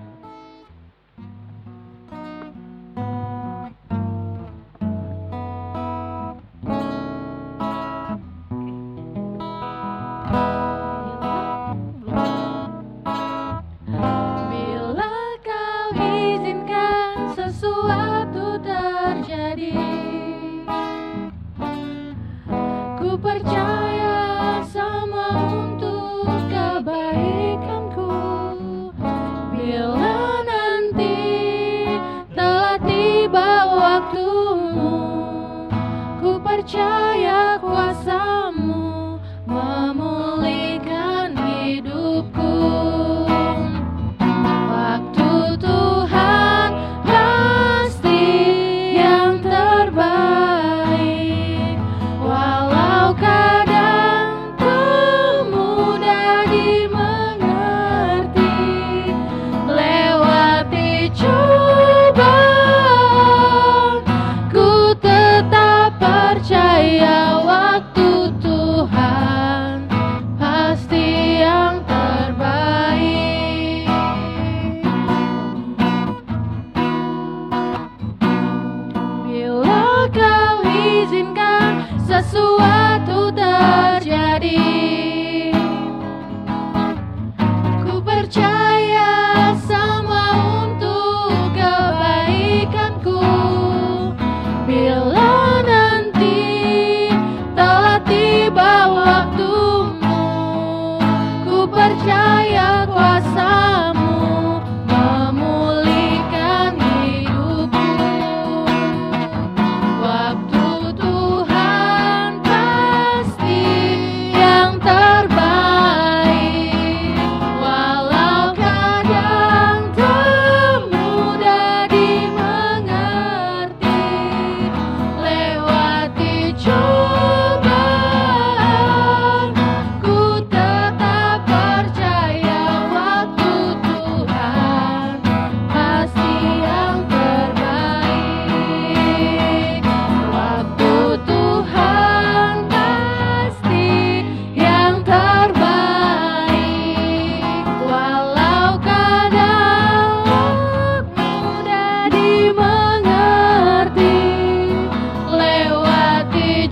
Bila kau izinkan sesuatu terjadi, percaya kuasa-Mu memulihkan hidupku. Waktu Tuhan pasti yang terbaik, walau kadang mudah dimengerti. Lewati cobaan, ku tetap percaya waktu Tuhan pasti yang terbaik. Bila Kau izinkan sesuatu terjadi, ku percaya semua untuk kebaikanku. Bila nanti telah tiba waktumu, ku percaya kuasa-Mu memulihkan hidupku. Waktu Tuhan pasti yang terbaik, walau kadang tak mudah dimengerti. Lewati cobaan, ku tetap percaya waktu Tuhan pasti yang terbaik. Waktu Tuhan pasti yang terbaik, walau kadang mudah dimengerti. Lewati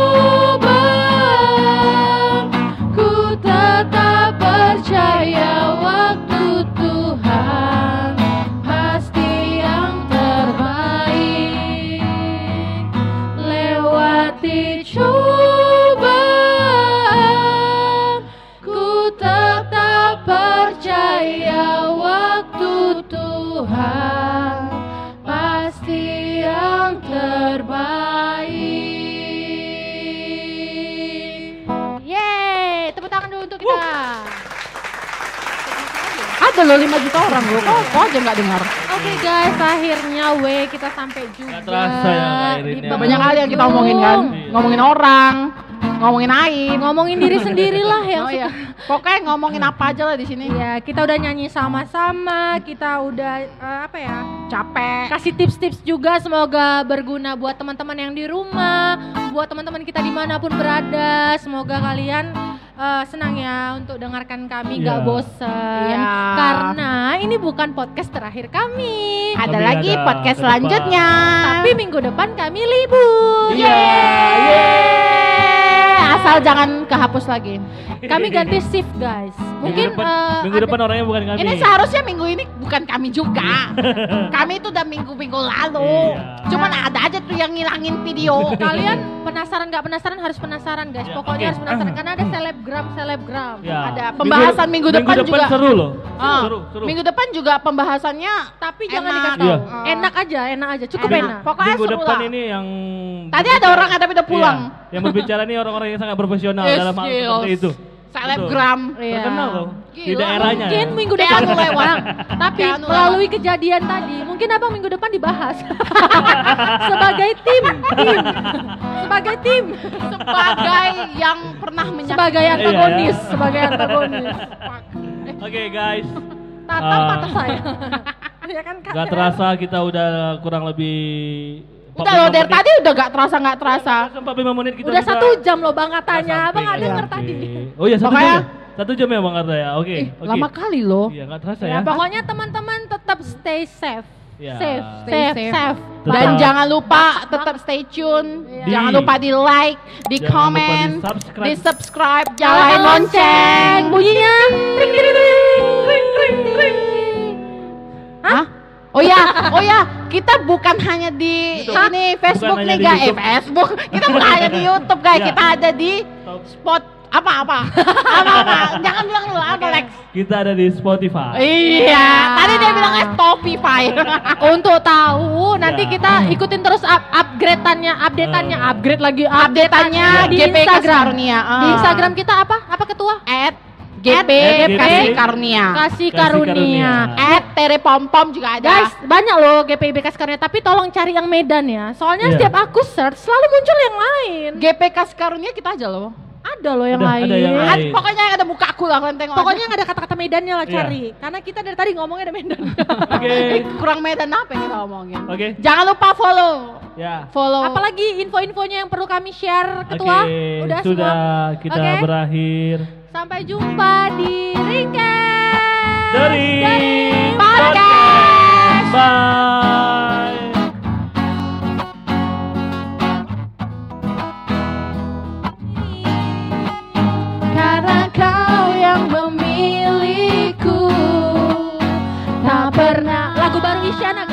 cobaan, ku tetap percaya waktu Tuhan pasti yang terbaik. Lewati cobaan, ku tetap percaya waktu Tuhan pasti yang terbaik. Yeay, tepuk tangan dulu untuk kita. Ada loh 5 juta orang loh. Kok aja nggak dengar? Oke guys, akhirnya kita sampai juga. Nggak terasa ya, Kak Irin, di ya. Banyak hal yang kita omongin kan. Iya. Ngomongin orang, ngomongin aib. Ngomongin diri sendirilah yang Oh iya. Pokoknya ngomongin apa aja lah di sini. Ya, kita udah nyanyi sama-sama, kita udah Capek. kasih tips-tips juga, semoga berguna buat teman-teman yang di rumah, buat teman-teman kita dimanapun berada. Semoga kalian senang ya untuk dengarkan kami, nggak Iya. bosen. Iya. Karena ini bukan podcast terakhir kami. Ada Kami lagi ada podcast ke depan. selanjutnya. Tapi minggu depan kami libur. Iya. Yeay. Asal jangan kehapus lagi. Kami ganti shift guys. Mungkin minggu depan orangnya bukan kami. Ini seharusnya minggu ini bukan kami juga. Kami itu udah minggu-minggu lalu. Iya. Cuman ada aja tuh yang ngilangin video. kalian penasaran nggak penasaran, harus penasaran guys. Ya, Pokoknya oke. harus penasaran karena ada selebgram. Ya. Ada pembahasan minggu depan juga. Seru loh. Ah, Seru. Minggu depan juga pembahasannya Tapi jangan enak. dikasih tahu. Iya. Enak aja, cukup Enak. enak. Pokoknya Minggu seru depan lah. ini yang Tadi ada orang tapi udah pulang. Iya, yang berbicara nih orang-orang yang sangat profesional Yes, dalam hal skills. seperti itu. Selebgram. Iya. Terkenal loh di Gila. daerahnya. Mungkin ya. minggu Kayak depan anu lewat. Bang, tapi Kayak anu melalui kejadian tadi, mungkin abang minggu depan dibahas sebagai tim, sebagai tim, Sebagai yang pernah menyakiti. sebagai antagonis, Iya, ya. sebagai antagonis. Oke guys, Tatap mata saya. Ya kan Kak? gak terasa kita udah kurang lebih Udah loh dari tadi udah gak terasa. 45 menit kita Udah bisa 1 jam loh Bang katanya, Abang nggak samping. denger Oke. tadi. Oh iya 1 jam Makanya- ya? 1 jam ya Bang Arda ya? Oke. oke. Lama kali loh. Iya gak terasa Ya, ya? pokoknya teman-teman tetap stay safe. Ya. Safe. Tetap. Dan Tetap. jangan lupa tetap stay tune. Iya. Jangan lupa di like, di Jangan lupa komen, di-subscribe. di subscribe, Nyalain nyalain lonceng. bunyinya. Tring, tring, tring, tring, tring. Hah? Oh ya, kita bukan hanya di YouTube. ini Facebook Bukan nih hanya di guys, YouTube. Facebook. Kita bukan hanya di YouTube guys, Iya. kita ada di Apa? Jangan bilang dulu apa Lex. Kita ada di Spotify. Iya, tadi dia bilangnya Spotify. Untuk tahu nanti Ya. kita ikutin terus upgrade-annya, upgrade lagi, Update-annya di GP Instagram. Karunia. Di Instagram kita apa? Apa ketua? @GP Kasih Karunia. Kasih Kasih Karunia. Karunia. @Terepompom juga ada. Guys, banyak loh GPIB Kasih Karunia, tapi tolong cari yang Medan ya. Soalnya Iya. setiap aku search selalu muncul yang lain. GP Kasih Karunia kita aja loh. Ada loh yang Ada lain. yang lain. Pokoknya yang ada muka aku lah kalian tengok. Pokoknya yang ada kata-kata Medannya lah Iya. cari. Karena kita dari tadi ngomongnya ada Medan. Oke. kurang Medan apa yang kita omongin. Oke. Jangan lupa follow. Ya. Follow. Apalagi info-infonya yang perlu kami share, ketua? Oke, Udah sudah semua? kita Oke. berakhir Sampai jumpa di Ringkas dari Podcast. Bye. Karena kau yang memiliku, tak pernah. Lagu baru Isyana